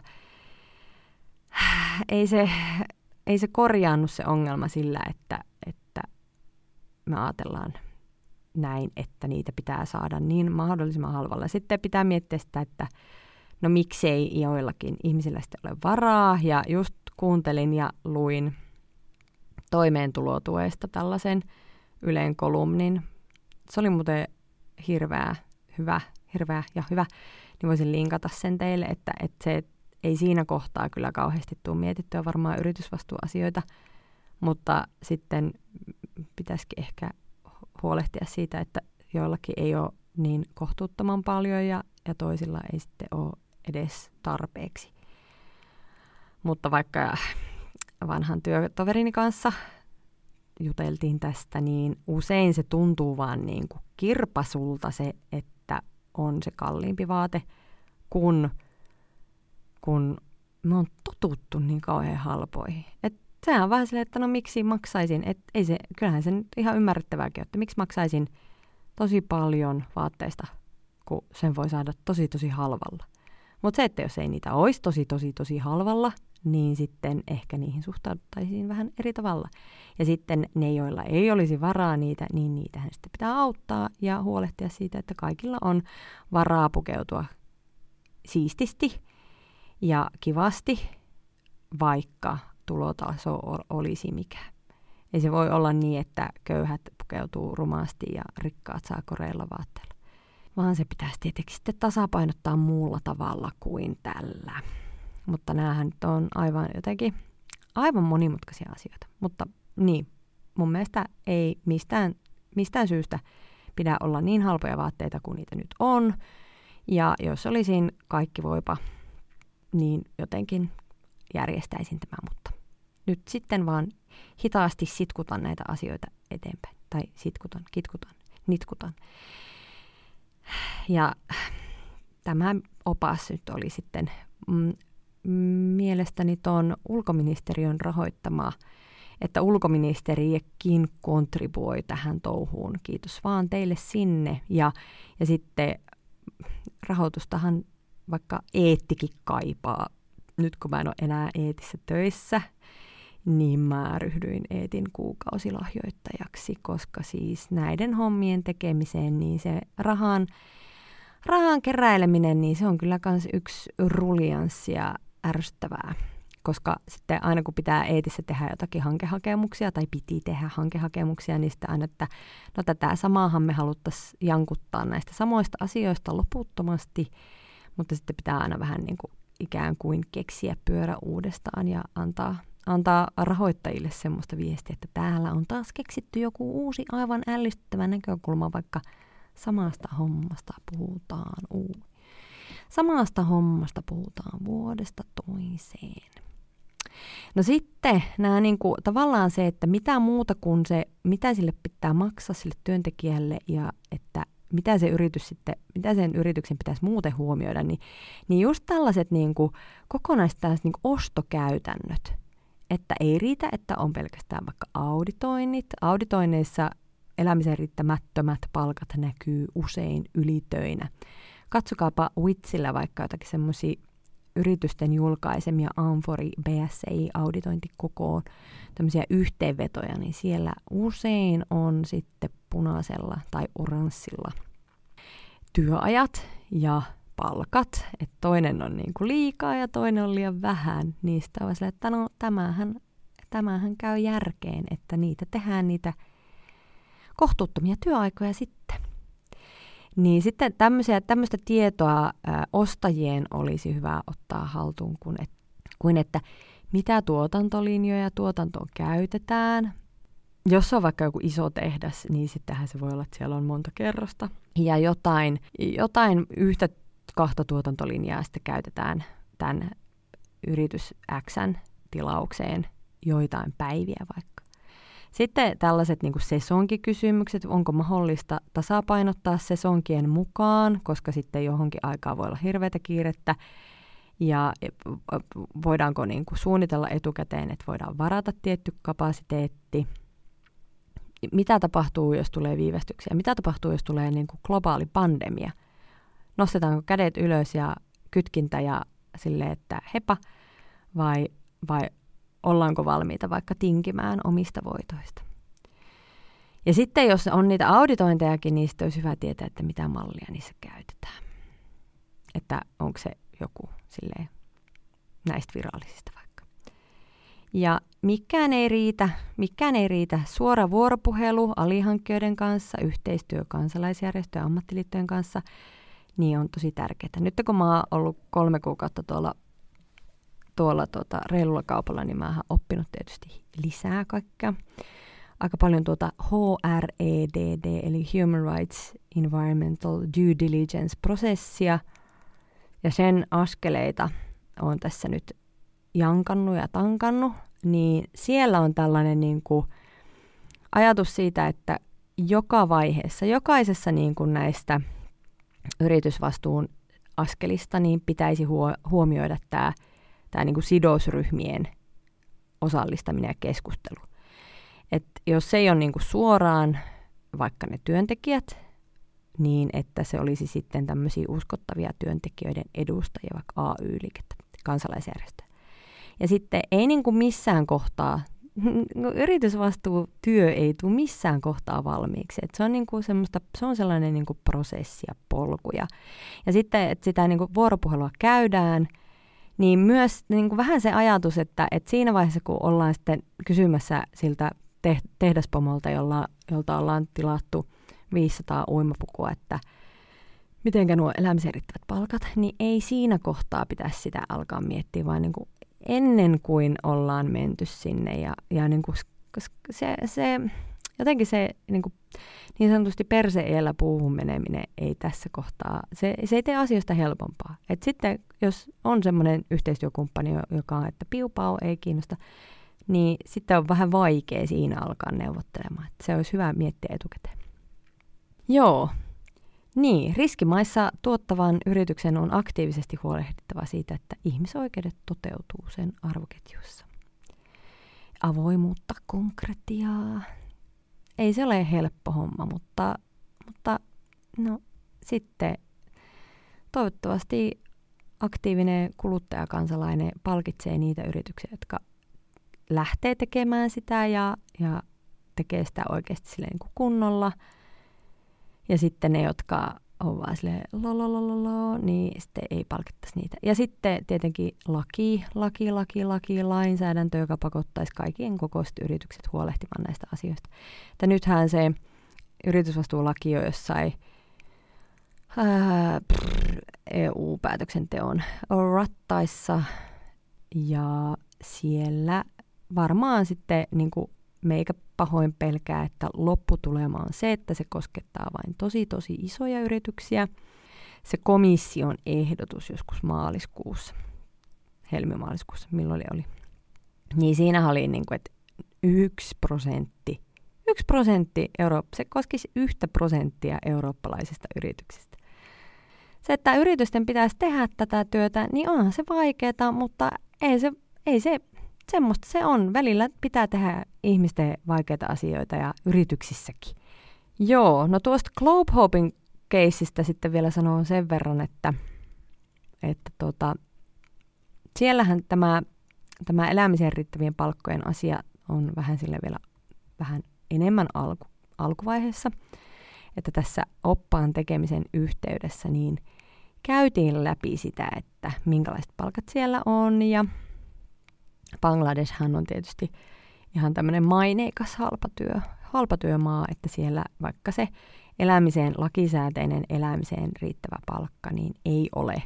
ei se korjaannu se ongelma sillä, että me ajatellaan näin, että niitä pitää saada niin mahdollisimman halvalla. Sitten pitää miettiä sitä, että no miksei joillakin ihmisillä sitten ole varaa. Ja just kuuntelin ja luin toimeentulotuesta tällaisen Ylen kolumnin. Se oli muuten hirveä, hyvä, niin voisin linkata sen teille, että se ei siinä kohtaa kyllä kauheasti tule mietittyä varmaan yritysvastuuasioita, mutta sitten pitäisikin ehkä huolehtia siitä, että joillakin ei ole niin kohtuuttoman paljon ja toisilla ei sitten ole edes tarpeeksi. Mutta vaikka vanhan työtoverini kanssa juteltiin tästä, niin usein se tuntuu vaan niin kuin kirpasulta se, että on se kalliimpi vaate, kun me on totuttu niin kauhean halpoihin. Sehän on vähän silleen, että no miksi maksaisin, kyllähän se nyt ihan ymmärrettävääkin, että miksi maksaisin tosi paljon vaatteista, kun sen voi saada tosi halvalla. Mutta se, että jos ei niitä olisi tosi halvalla, niin sitten ehkä niihin suhtauduttaisiin vähän eri tavalla. Ja sitten ne, joilla ei olisi varaa niitä, niin niitähän sitten pitää auttaa ja huolehtia siitä, että kaikilla on varaa pukeutua siististi ja kivasti, vaikka tulotaso olisi mikä. Ei se voi olla niin, että köyhät pukeutuu rumasti ja rikkaat saa koreilla vaatteilla. Vaan se pitäisi tietenkin sitten tasapainottaa muulla tavalla kuin tällä. Mutta näähän nyt on aivan monimutkaisia asioita. Mutta niin, mun mielestä ei mistään syystä pidä olla niin halpoja vaatteita kuin niitä nyt on. Ja jos olisin kaikki voipa, niin jotenkin järjestäisin tämän, mutta nyt sitten vaan hitaasti sitkutan näitä asioita eteenpäin. Tai nitkutan. Ja tämä opas nyt oli sitten mielestäni tuon ulkoministeriön rahoittama, että ulkoministeriökin kontribuoi tähän touhuun. Kiitos vaan teille sinne. Ja sitten rahoitustahan vaikka Eettikin kaipaa. Nyt kun mä en ole enää Eetissä töissä, niin mä ryhdyin Eetin kuukausilahjoittajaksi, koska siis näiden hommien tekemiseen, niin se rahan keräileminen, niin se on kyllä kans yksi ruljanssia ärsyttävää. Koska sitten aina kun pitää Eetissä tehdä jotakin hankehakemuksia tai piti tehdä hankehakemuksia, niin sitten aina, että no tätä samaahan me haluttaisiin jankuttaa näistä samoista asioista loputtomasti, mutta sitten pitää aina vähän niin kuin ikään kuin keksiä pyörä uudestaan ja antaa rahoittajille semmoista viestiä, että täällä on taas keksitty joku uusi aivan ällistyttävä näkökulma, vaikka samasta hommasta puhutaan vuodesta toiseen. No sitten nämä niinku, tavallaan se, että mitä muuta kuin se, mitä sille pitää maksaa sille työntekijälle ja että mitä sen yrityksen pitäisi muuten huomioida, niin just tällaiset niinku, kokonaiset niinku ostokäytännöt, että ei riitä, että on pelkästään vaikka auditoinnit. Auditoinneissa elämisen riittämättömät palkat näkyy usein ylitöinä. Katsokaapa Witsillä vaikka jotakin semmoisia yritysten julkaisemia Amfori BSCI-auditointikokoon tämmöisiä yhteenvetoja, niin siellä usein on sitten punaisella tai oranssilla työajat ja palkat, että toinen on niin kuin liikaa ja toinen on liian vähän, niin sitten on silleen, että no tämähän käy järkeen, että tehdään niitä kohtuuttomia työaikoja sitten. Niin sitten tämmöistä tietoa ostajien olisi hyvä ottaa haltuun, kuin että mitä tuotantolinjoja tuotantoon käytetään. Jos on vaikka joku iso tehdas, niin sittenhän se voi olla, että siellä on monta kerrosta. Ja jotain yhtä kahta tuotantolinjaa sitten käytetään tämän yritys X:n tilaukseen joitain päiviä vaikka. Sitten tällaiset niin kuin sesonkikysymykset, onko mahdollista tasapainottaa sesonkien mukaan, koska sitten johonkin aikaan voi olla hirveätä kiirettä. Ja voidaanko niin kuin suunnitella etukäteen, että voidaan varata tietty kapasiteetti. Mitä tapahtuu, jos tulee viivästyksiä? Mitä tapahtuu, jos tulee niin kuin globaali pandemia? Nostetaanko kädet ylös ja kytkintä ja silleen, että hepa, vai ollaanko valmiita vaikka tinkimään omista voitoista? Ja sitten jos on niitä auditointejakin, niin sitten olisi hyvä tietää, että mitä mallia niissä käytetään. Että onko se joku silleen näistä virallisista vaikka. Ja mikään ei riitä. Suora vuoropuhelu alihankkijoiden kanssa, yhteistyö kansalaisjärjestöjen ja ammattiliittojen kanssa, niin on tosi tärkeää. Nyt kun mä oon ollut 3 kuukautta tuolla reilulla kaupalla, niin mä oon oppinut tietysti lisää kaikkea. Aika paljon HREDD, eli Human Rights Environmental Due Diligence-prosessia, ja sen askeleita on tässä nyt jankannut ja tankannut, niin siellä on tällainen niin kuin ajatus siitä, että joka vaiheessa, jokaisessa niin kuin näistä yritysvastuun askelista, niin pitäisi huomioida tämä niin kuin sidosryhmien osallistaminen ja keskustelu. Et jos se ei ole niin kuin suoraan vaikka ne työntekijät, niin että se olisi sitten tämmöisiä uskottavia työntekijöiden edustajia, vaikka AY-liikettä, kansalaisjärjestöjä. Ja sitten ei niin kuin missään kohtaa, yritysvastuutyö ei tule missään kohtaa valmiiksi. Et se on, niin kuin se on sellainen niin kuin prosessi ja polku. Ja sitten, että sitä niin kuin vuoropuhelua käydään, niin myös niin kuin vähän se ajatus, että siinä vaiheessa, kun ollaan sitten kysymässä siltä tehdaspomolta, jolta ollaan tilattu 500 uimapukua, että mitenkä nuo elämiseen riittävät palkat, niin ei siinä kohtaa pitäisi sitä alkaa miettiä, vaan niin kuin ennen kuin ollaan menty sinne. Ja niin kuin, se jotenkin se niin sanotusti perse-eellä puuhun meneminen ei tässä kohtaa, se ei tee asioista helpompaa. Et sitten jos on semmoinen yhteistyökumppani, joka on, että piupau ei kiinnosta, niin sitten on vähän vaikea siinä alkaa neuvottelemaan. Et se olisi hyvä miettiä etukäteen. Joo, niin riskimaissa tuottavan yrityksen on aktiivisesti huolehdittava siitä, että ihmisoikeudet toteutuu sen arvoketjussa. Avoimuutta, konkretiaa. Ei se ole helppo homma, mutta no sitten toivottavasti aktiivinen kuluttajakansalainen palkitsee niitä yrityksiä, jotka lähtee tekemään sitä ja tekee sitä oikeasti silleen kuin kunnolla. Ja sitten ne, jotka on vaan silleen niin sitten ei palkittaisi niitä. Ja sitten tietenkin lainsäädäntö, joka pakottaisi kaikkien kokoiset yritykset huolehtimaan näistä asioista. Että nythän se yritysvastuulaki on jossain EU-päätöksenteon rattaissa. Ja siellä varmaan sitten niin kuin meikä pahoin pelkää, että lopputulema on se, että se koskettaa vain tosi isoja yrityksiä. Se komission ehdotus joskus helmimaaliskuussa, milloin oli. Niin siinä oli niin kuin, että 1%, se koskisi 1% eurooppalaisista yrityksistä. Se, että yritysten pitäisi tehdä tätä työtä, niin onhan se vaikeaa, mutta ei se semmoista se on. Välillä pitää tehdä ihmisten vaikeita asioita ja yrityksissäkin. Joo, no tuosta Globe Hopin keissistä sitten vielä sanon sen verran, että siellähän tämä elämiseen riittävien palkkojen asia on vähän sille vielä vähän enemmän alkuvaiheessa. Että tässä oppaan tekemisen yhteydessä niin käytiin läpi sitä, että minkälaiset palkat siellä on. Ja Bangladeshan on tietysti ihan tämmöinen maineikas halpatyömaa, että siellä vaikka se lakisääteinen elämiseen riittävä palkka, niin ei ole,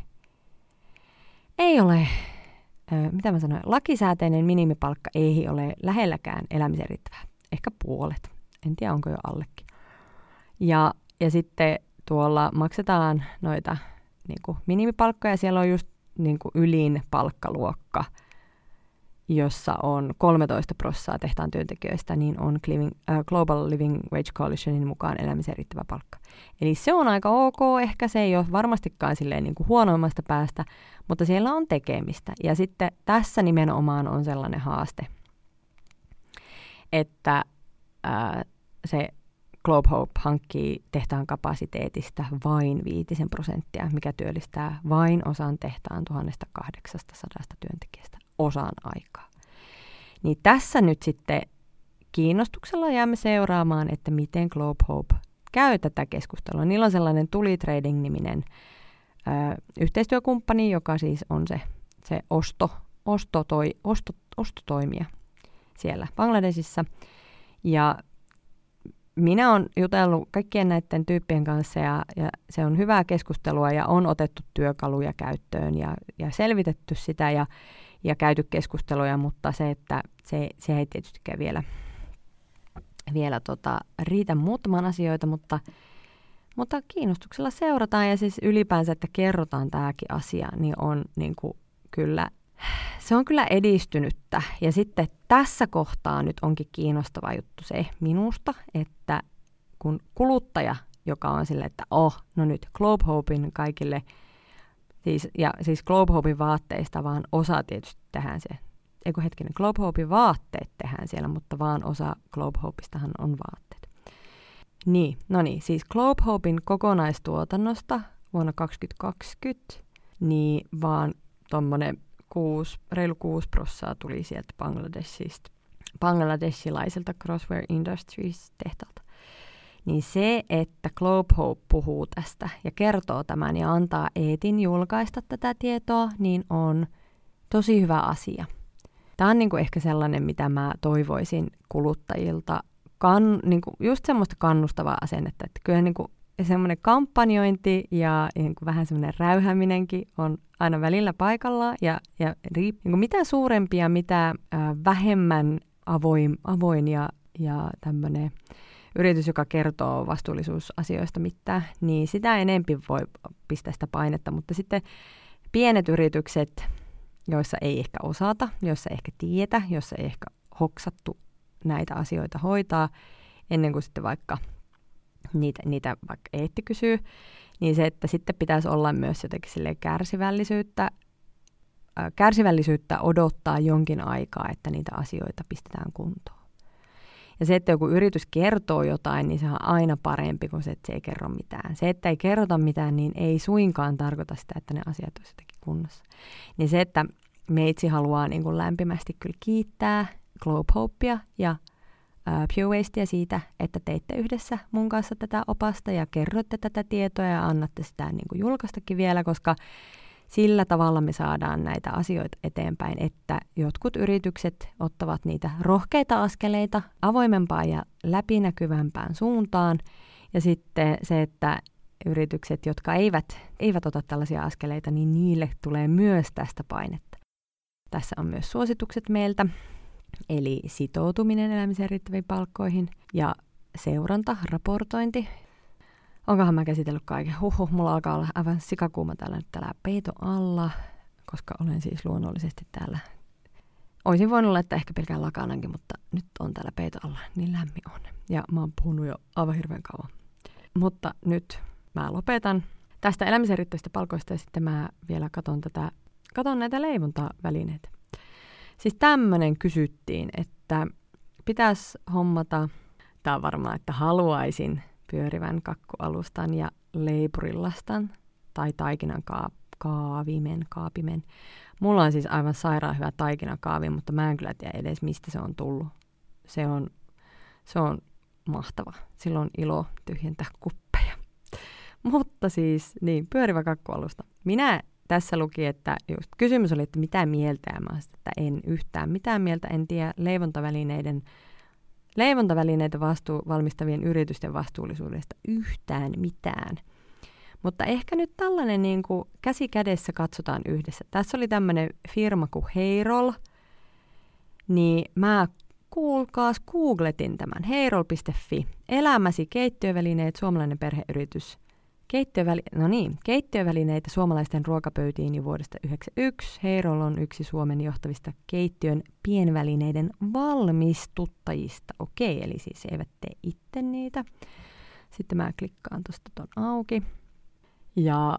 mitä mä sanoin, lakisääteinen minimipalkka ei ole lähelläkään elämiseen riittävää. Ehkä puolet. En tiedä, onko jo allekin. Ja sitten tuolla maksetaan noita niin kuin minimipalkkoja. Siellä on just niin kuin ylin palkkaluokka, jossa on 13% tehtaan työntekijöistä, niin on Global Living Wage Coalitionin mukaan elämiseen riittävä palkka. Eli se on aika ok, ehkä se ei ole varmastikaan silleen niin kuin huonoimmasta päästä, mutta siellä on tekemistä. Ja sitten tässä nimenomaan on sellainen haaste, että se Globe Hope hankkii tehtaan kapasiteetista vain 5%, mikä työllistää vain osan tehtaan 1800 työntekijästä osan aikaa. Niin tässä nyt sitten kiinnostuksella jäämme seuraamaan, että miten Globe Hope käy tätä keskustelua. Niillä on sellainen Tuli Trading-niminen yhteistyökumppani, joka siis on se ostotoimija siellä Bangladesissa. Ja minä olen jutellut kaikkien näiden tyyppien kanssa ja se on hyvää keskustelua ja on otettu työkaluja käyttöön ja selvitetty sitä ja käyty keskusteluja, mutta se, että se ei tietystikään vielä riitä muuttamaan asioita, mutta kiinnostuksella seurataan ja siis ylipäänsä, että kerrotaan tämäkin asia, niin on niin kuin kyllä, se on kyllä edistynyttä. Ja sitten tässä kohtaa nyt onkin kiinnostava juttu se minusta, että kun kuluttaja, joka on silleen, että no nyt Globe Hopein kaikille, siis Globe Hopein vaatteista vaan osa tietysti tehdään se. Globe Hopein vaatteet tehdään siellä, mutta vaan osa Globe Hopeistahan on vaatteet. Siis Globe Hopein kokonaistuotannosta vuonna 2020, niin vaan tommonen reilu 6% tuli sieltä bangladesilaiselta Crosswear Industries tehtaalta. Niin se, että Globe Hope puhuu tästä ja kertoo tämän ja antaa Eetin julkaista tätä tietoa, niin on tosi hyvä asia. Tämä on niinku ehkä sellainen, mitä mä toivoisin kuluttajilta, niinku just semmoista kannustavaa asennetta, että kyllä niinku semmoinen kampanjointi ja niinku vähän semmoinen räyhäminenkin on aina välillä paikallaan ja niinku mitä suurempi ja mitä vähemmän avoin ja tämmöinen yritys, joka kertoo vastuullisuusasioista mitään, niin sitä enempi voi pistää sitä painetta, mutta sitten pienet yritykset, joissa ei ehkä osata, joissa ei ehkä tietä, joissa ei ehkä hoksattu näitä asioita hoitaa, ennen kuin sitten vaikka niitä vaikka Eetti kysyy, niin se, että sitten pitäisi olla myös jotenkin silleen kärsivällisyyttä odottaa jonkin aikaa, että niitä asioita pistetään kuntoon. Ja se, että joku yritys kertoo jotain, niin se on aina parempi kuin se, että se ei kerro mitään. Se, että ei kerrota mitään, niin ei suinkaan tarkoita sitä, että ne asiat olisivat jotenkin kunnossa. Niin se, että meitsi haluaa niin kuin lämpimästi kyllä kiittää Globe Hopea ja Pure Wastea siitä, että teitte yhdessä mun kanssa tätä opasta ja kerroitte tätä tietoa ja annatte sitä niin kuin julkaistakin vielä, koska sillä tavalla me saadaan näitä asioita eteenpäin, että jotkut yritykset ottavat niitä rohkeita askeleita avoimempaan ja läpinäkyvämpään suuntaan. Ja sitten se, että yritykset, jotka eivät ota tällaisia askeleita, niin niille tulee myös tästä painetta. Tässä on myös suositukset meiltä, eli sitoutuminen elämiseen riittäviin palkkoihin ja seuranta, raportointi. Onkohan mä käsitellyt kaiken? Mulla alkaa olla aivan sikakuuma täällä peiton alla, koska olen siis luonnollisesti täällä. Olisin voinut laittaa ehkä pelkään lakanankin, mutta nyt on täällä peiton alla, niin lämmin on. Ja mä oon puhunut jo aivan hirveän kauan. Mutta nyt mä lopetan tästä elämisen riittävistä palkoista ja sitten mä vielä katon näitä leivontavälineitä. Siis tämmönen kysyttiin, että pitäisi hommata, tää on varmaan, että haluaisin pyörivän kakkualustan ja leipurillastan tai taikinan kaapimen. Mulla on siis aivan sairaan hyvä taikinakaavi, mutta mä en kyllä tiedä edes mistä se on tullut. Se on mahtava. Silloin on ilo tyhjentää kuppeja. Mutta siis, niin, pyörivä kakkualusta. Minä tässä luki, että just kysymys oli, että mitä mieltä, ja mä että en yhtään mitään mieltä, en tiedä leivontavälineitä valmistavien yritysten vastuullisuudesta yhtään mitään. Mutta ehkä nyt tällainen niin kuin käsi kädessä katsotaan yhdessä. Tässä oli tämmöinen firma kuin Heirol, niin mä googletin tämän heirol.fi. Elämäsi keittiövälineet, suomalainen perheyritys. Keittiövälineitä suomalaisten ruokapöytiin jo vuodesta 1991. Heirol on yksi Suomen johtavista keittiön pienvälineiden valmistuttajista. Okei, eli siis eivät tee itse niitä. Sitten mä klikkaan tuosta ton auki. Ja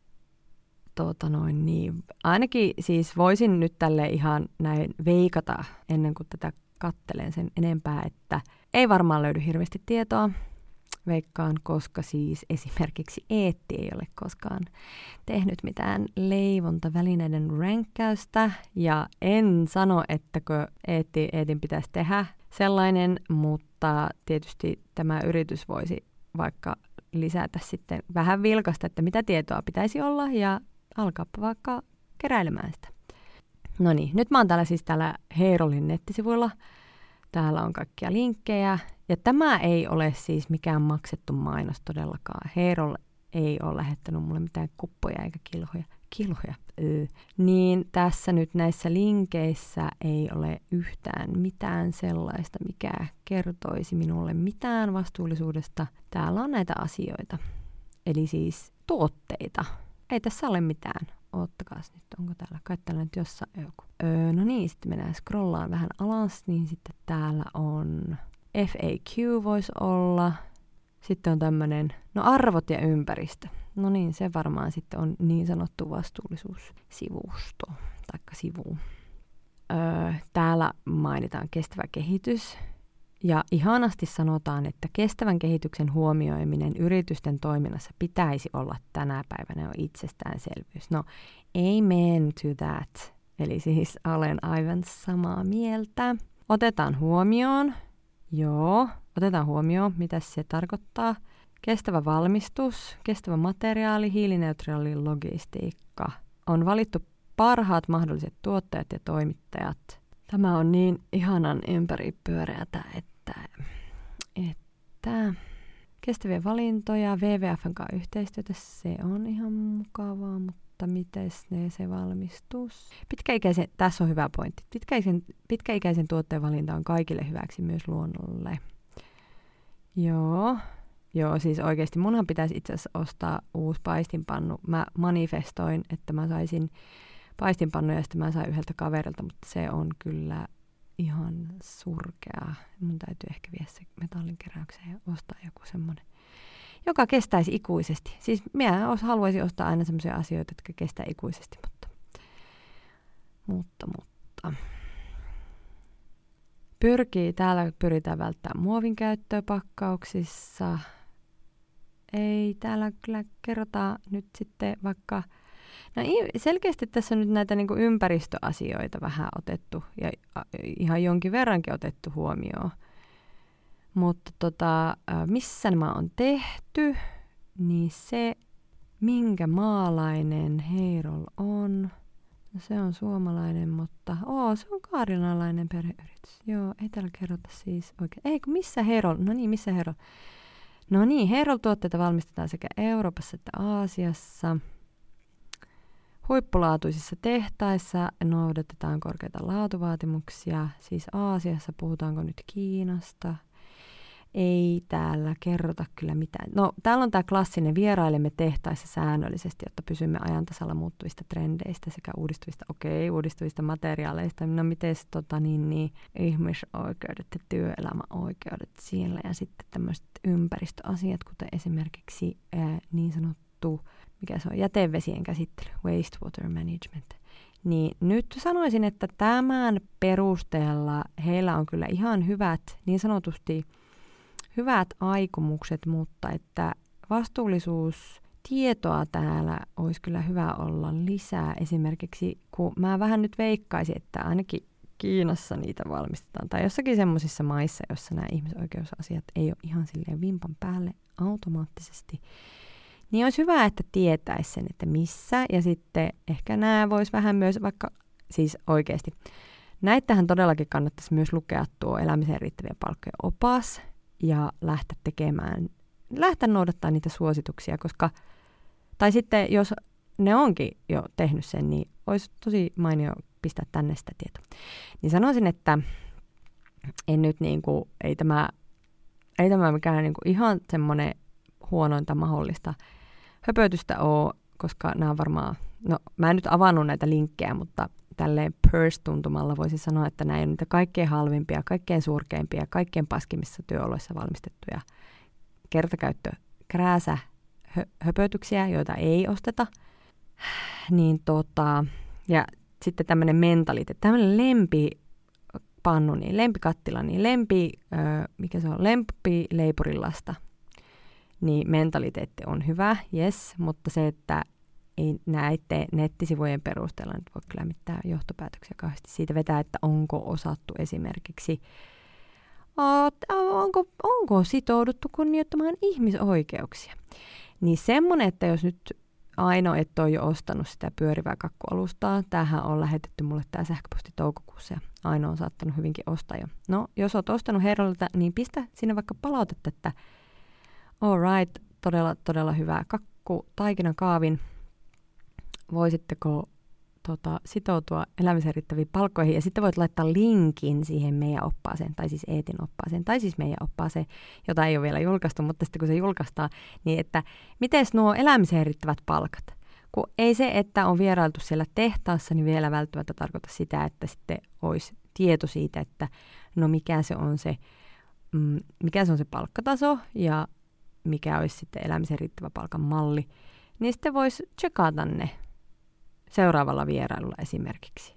ainakin siis voisin nyt tälle ihan näin veikata ennen kuin tätä kattelen sen enempää, että ei varmaan löydy hirveästi tietoa. Veikkaan, koska siis esimerkiksi Eetti ei ole koskaan tehnyt mitään leivontavälineiden ränkkäystä. Ja en sano, ettäkö Eetin pitäisi tehdä sellainen, mutta tietysti tämä yritys voisi vaikka lisätä sitten vähän vilkasta, että mitä tietoa pitäisi olla ja alkaapa vaikka keräilemään sitä. No niin, nyt mä oon täällä Heirolin nettisivuilla. Täällä on kaikkia linkkejä. Ja tämä ei ole siis mikään maksettu mainos todellakaan. Heirol ei ole lähettänyt mulle mitään kuppoja eikä kiloja. Niin tässä nyt näissä linkeissä ei ole yhtään mitään sellaista, mikä kertoisi minulle mitään vastuullisuudesta. Täällä on näitä asioita. Eli siis tuotteita. Ei tässä ole mitään. Oottakaas nyt, onko täällä? Kai täällä nyt jossain joku. No niin, sitten mennään scrollaan vähän alas, niin sitten täällä on FAQ voisi olla. Sitten on tämmöinen, arvot ja ympäristö. No niin, se varmaan sitten on niin sanottu vastuullisuussivusto, taikka sivu. Täällä mainitaan kestävä kehitys. Ja ihanasti sanotaan, että kestävän kehityksen huomioiminen yritysten toiminnassa pitäisi olla tänä päivänä jo itsestäänselvyys. No, amen to that. Eli siis olen aivan samaa mieltä. Otetaan huomioon. Joo, otetaan huomioon, mitä se tarkoittaa. Kestävä valmistus, kestävä materiaali, hiilineutraali logistiikka. On valittu parhaat mahdolliset tuottajat ja toimittajat. Tämä on niin ihanan ympäripyöreätä, että kestäviä valintoja, WWF:n kanssa yhteistyötä, se on ihan mukavaa, mutta miten se valmistus? Tässä on hyvä pointti. Pitkäikäisen tuotteen valinta on kaikille hyväksi, myös luonnolle. Joo, siis oikeasti munhan pitäisi itse asiassa ostaa uusi paistinpannu. Mä manifestoin, että mä saisin paistinpannuja ja sitten mä sain yhdeltä kaverilta, mutta se on kyllä ihan surkea. Mun täytyy ehkä viedä se metallinkeräykseen ja ostaa joku semmoinen, joka kestäisi ikuisesti. Siis minä haluaisin ostaa aina semmoisia asioita, jotka kestää ikuisesti, mutta. Täällä pyritään välttämään muovin käyttöä pakkauksissa. Ei, täällä kyllä kerrotaan nyt sitten vaikka. No selkeästi tässä on nyt näitä niin kuin ympäristöasioita vähän otettu ja ihan jonkin verrankin otettu huomioon. Mutta missä nämä on tehty, niin se, minkä maalainen Heirol on, no se on suomalainen, mutta se on kaarinalainen perheyritys. Joo, ei täällä kerrota siis oikein. Ei, kun missä Heirol? No niin, missä Heirol? No niin, Heirol-tuotteita valmistetaan sekä Euroopassa että Aasiassa. Huippulaatuisissa tehtaissa noudatetaan korkeita laatuvaatimuksia, siis Aasiassa, puhutaanko nyt Kiinasta? Ei täällä kerrota kyllä mitään. No, täällä on tämä klassinen, vierailemme tehtaissa säännöllisesti, jotta pysymme ajantasalla muuttuvista trendeistä sekä uudistuvista materiaaleista. No, mites ihmisoikeudet ja työelämäoikeudet siellä ja sitten tämmöiset ympäristöasiat, kuten esimerkiksi niin sanottu, mikä se on, jätevesien käsittely, wastewater management. Niin nyt sanoisin, että tämän perusteella heillä on kyllä ihan hyvät, niin sanotusti hyvät aikomukset, mutta että vastuullisuustietoa täällä olisi kyllä hyvä olla lisää. Esimerkiksi, kun mä vähän nyt veikkaisin, että ainakin Kiinassa niitä valmistetaan, tai jossakin semmoisissa maissa, jossa nämä ihmisoikeusasiat ei ole ihan silleen vimpan päälle automaattisesti, Niin olisi hyvä, että tietäisi sen, että missä. Ja sitten ehkä nämä voisi vähän myös vaikka, siis oikeasti. Näitähän todellakin kannattaisi myös lukea tuo elämiseen riittävien palkkojen opas ja lähteä noudattaa niitä suosituksia, koska, tai sitten jos ne onkin jo tehnyt sen, niin olisi tosi mainio pistää tänne sitä tietoa. Niin sanoisin, että en nyt niinku, ei tämä mikään niinku ihan semmoinen huonointa mahdollista höpötystä ole, koska nämä on varmaan, no mä en nyt avannut näitä linkkejä, mutta tälleen purse-tuntumalla voisi sanoa, että nämä ei ole niitä kaikkein halvimpia, kaikkein surkeimpia, kaikkein paskimmissa työoloissa valmistettuja höpötyksiä, joita ei osteta. Niin ja sitten tämmöinen mentaliteetti, tämmöinen lempipannu, niin lempikattila, niin lempileipurilasta, niin mentaliteetti on hyvä, yes, mutta se, että ei näiden nettisivujen perusteella nyt voi kyllä mitään johtopäätöksiä kauheasti siitä vetää, että onko osattu esimerkiksi, onko sitouduttu kunnioittamaan ihmisoikeuksia. Niin semmoinen, että jos nyt Aino et ole jo ostanut sitä pyörivää kakkualustaa, tämähän on lähetetty mulle tämä sähköposti toukokuussa ja Aino on saattanut hyvinkin ostaa jo. No, jos olet ostanut Herrolta, niin pistä sinne vaikka palautetta, että all right, todella hyvää kakku, taikinan kaavin. Voisitteko sitoutua elämiseen riittäviin palkkoihin, ja sitten voit laittaa linkin siihen meidän oppaaseen, tai siis Eetin oppaaseen, tai siis meidän oppaaseen, jota ei ole vielä julkaistu, mutta sitten kun se julkaistaan, niin että miten nuo elämiseen riittävät palkat? Kun ei se, että on vierailtu siellä tehtaassa, niin vielä välttämättä tarkoita sitä, että sitten olisi tieto siitä, että no mikä se on se palkkataso, ja mikä olisi sitten elämiseen riittävä palkan malli, niin sitten voisi tsekata ne seuraavalla vierailulla esimerkiksi.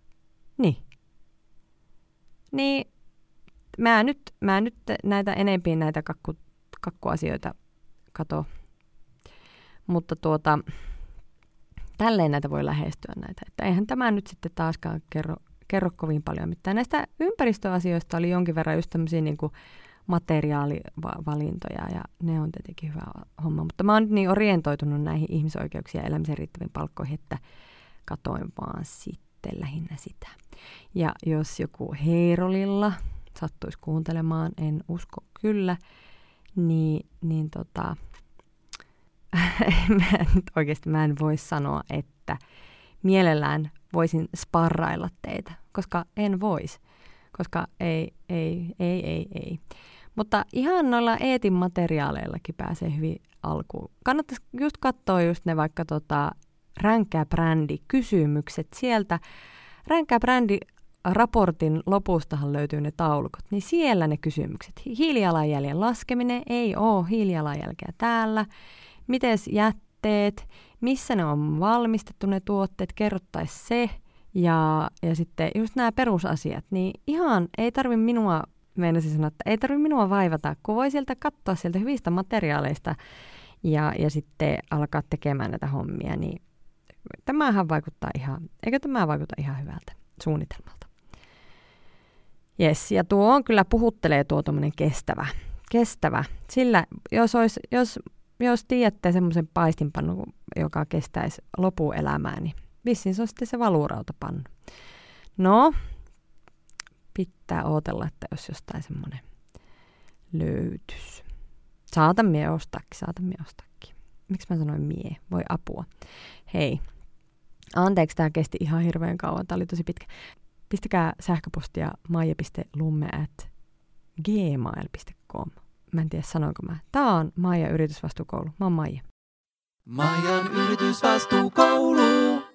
Niin mä nyt näitä enempiin näitä kakkuasioita kato. Mutta tälleen näitä voi lähestyä näitä. Että eihän tämä nyt sitten taaskaan kerro kovin paljon mitään. Näistä ympäristöasioista oli jonkin verran just tämmöisiä niin kuin materiaalivalintoja, ja ne on tietenkin hyvä homma. Mutta mä oon nyt niin orientoitunut näihin ihmisoikeuksiin ja elämisen riittäviin palkkoihin, että katoin vaan sitten lähinnä sitä. Ja jos joku Heirolilla sattuisi kuuntelemaan, en usko kyllä, niin mä en voi sanoa, että mielellään voisin sparrailla teitä, koska en vois. Koska ei. Mutta ihan noilla Eetin materiaaleillakin pääsee hyvin alkuun. Kannattaisi just katsoa just ne vaikka Ränkää brändi-kysymykset sieltä. Ränkää brändi-raportin lopustahan löytyy ne taulukot, niin siellä ne kysymykset. Hiilijalanjäljen laskeminen, ei ole hiilijalanjälkeä täällä. Mites jätteet, missä ne on valmistettu ne tuotteet, kerrottaisi se. Ja sitten just nämä perusasiat, niin ihan ei tarvi minua, meinasin sanoa, että ei tarvi minua vaivata, kun voi sieltä katsoa sieltä hyvistä materiaaleista ja sitten alkaa tekemään näitä hommia, niin tämähän vaikuttaa eikö tämä vaikuta ihan hyvältä suunnitelmalta? Jes, ja tuo on kyllä puhuttelee tuo tommonen kestävä. Sillä jos tiedätte semmoisen paistinpannu, joka kestäisi lopuelämää, niin vissiin se on sitten se valuurautapannu. No, pitää ootella, että jos jostain semmoinen löytyisi. Saatan mie ostaakin. Miksi mä sanoin mie? Voi apua. Hei, anteeksi, tää kesti ihan hirveän kauan. Tää oli tosi pitkä. Pistäkää sähköpostia maija.lumme@gmail.com. Mä en tiedä, sanoinko mä. Tää on Maija Yritysvastuukoulu. Mä oon Maija. Maijan yritysvastuukoulu.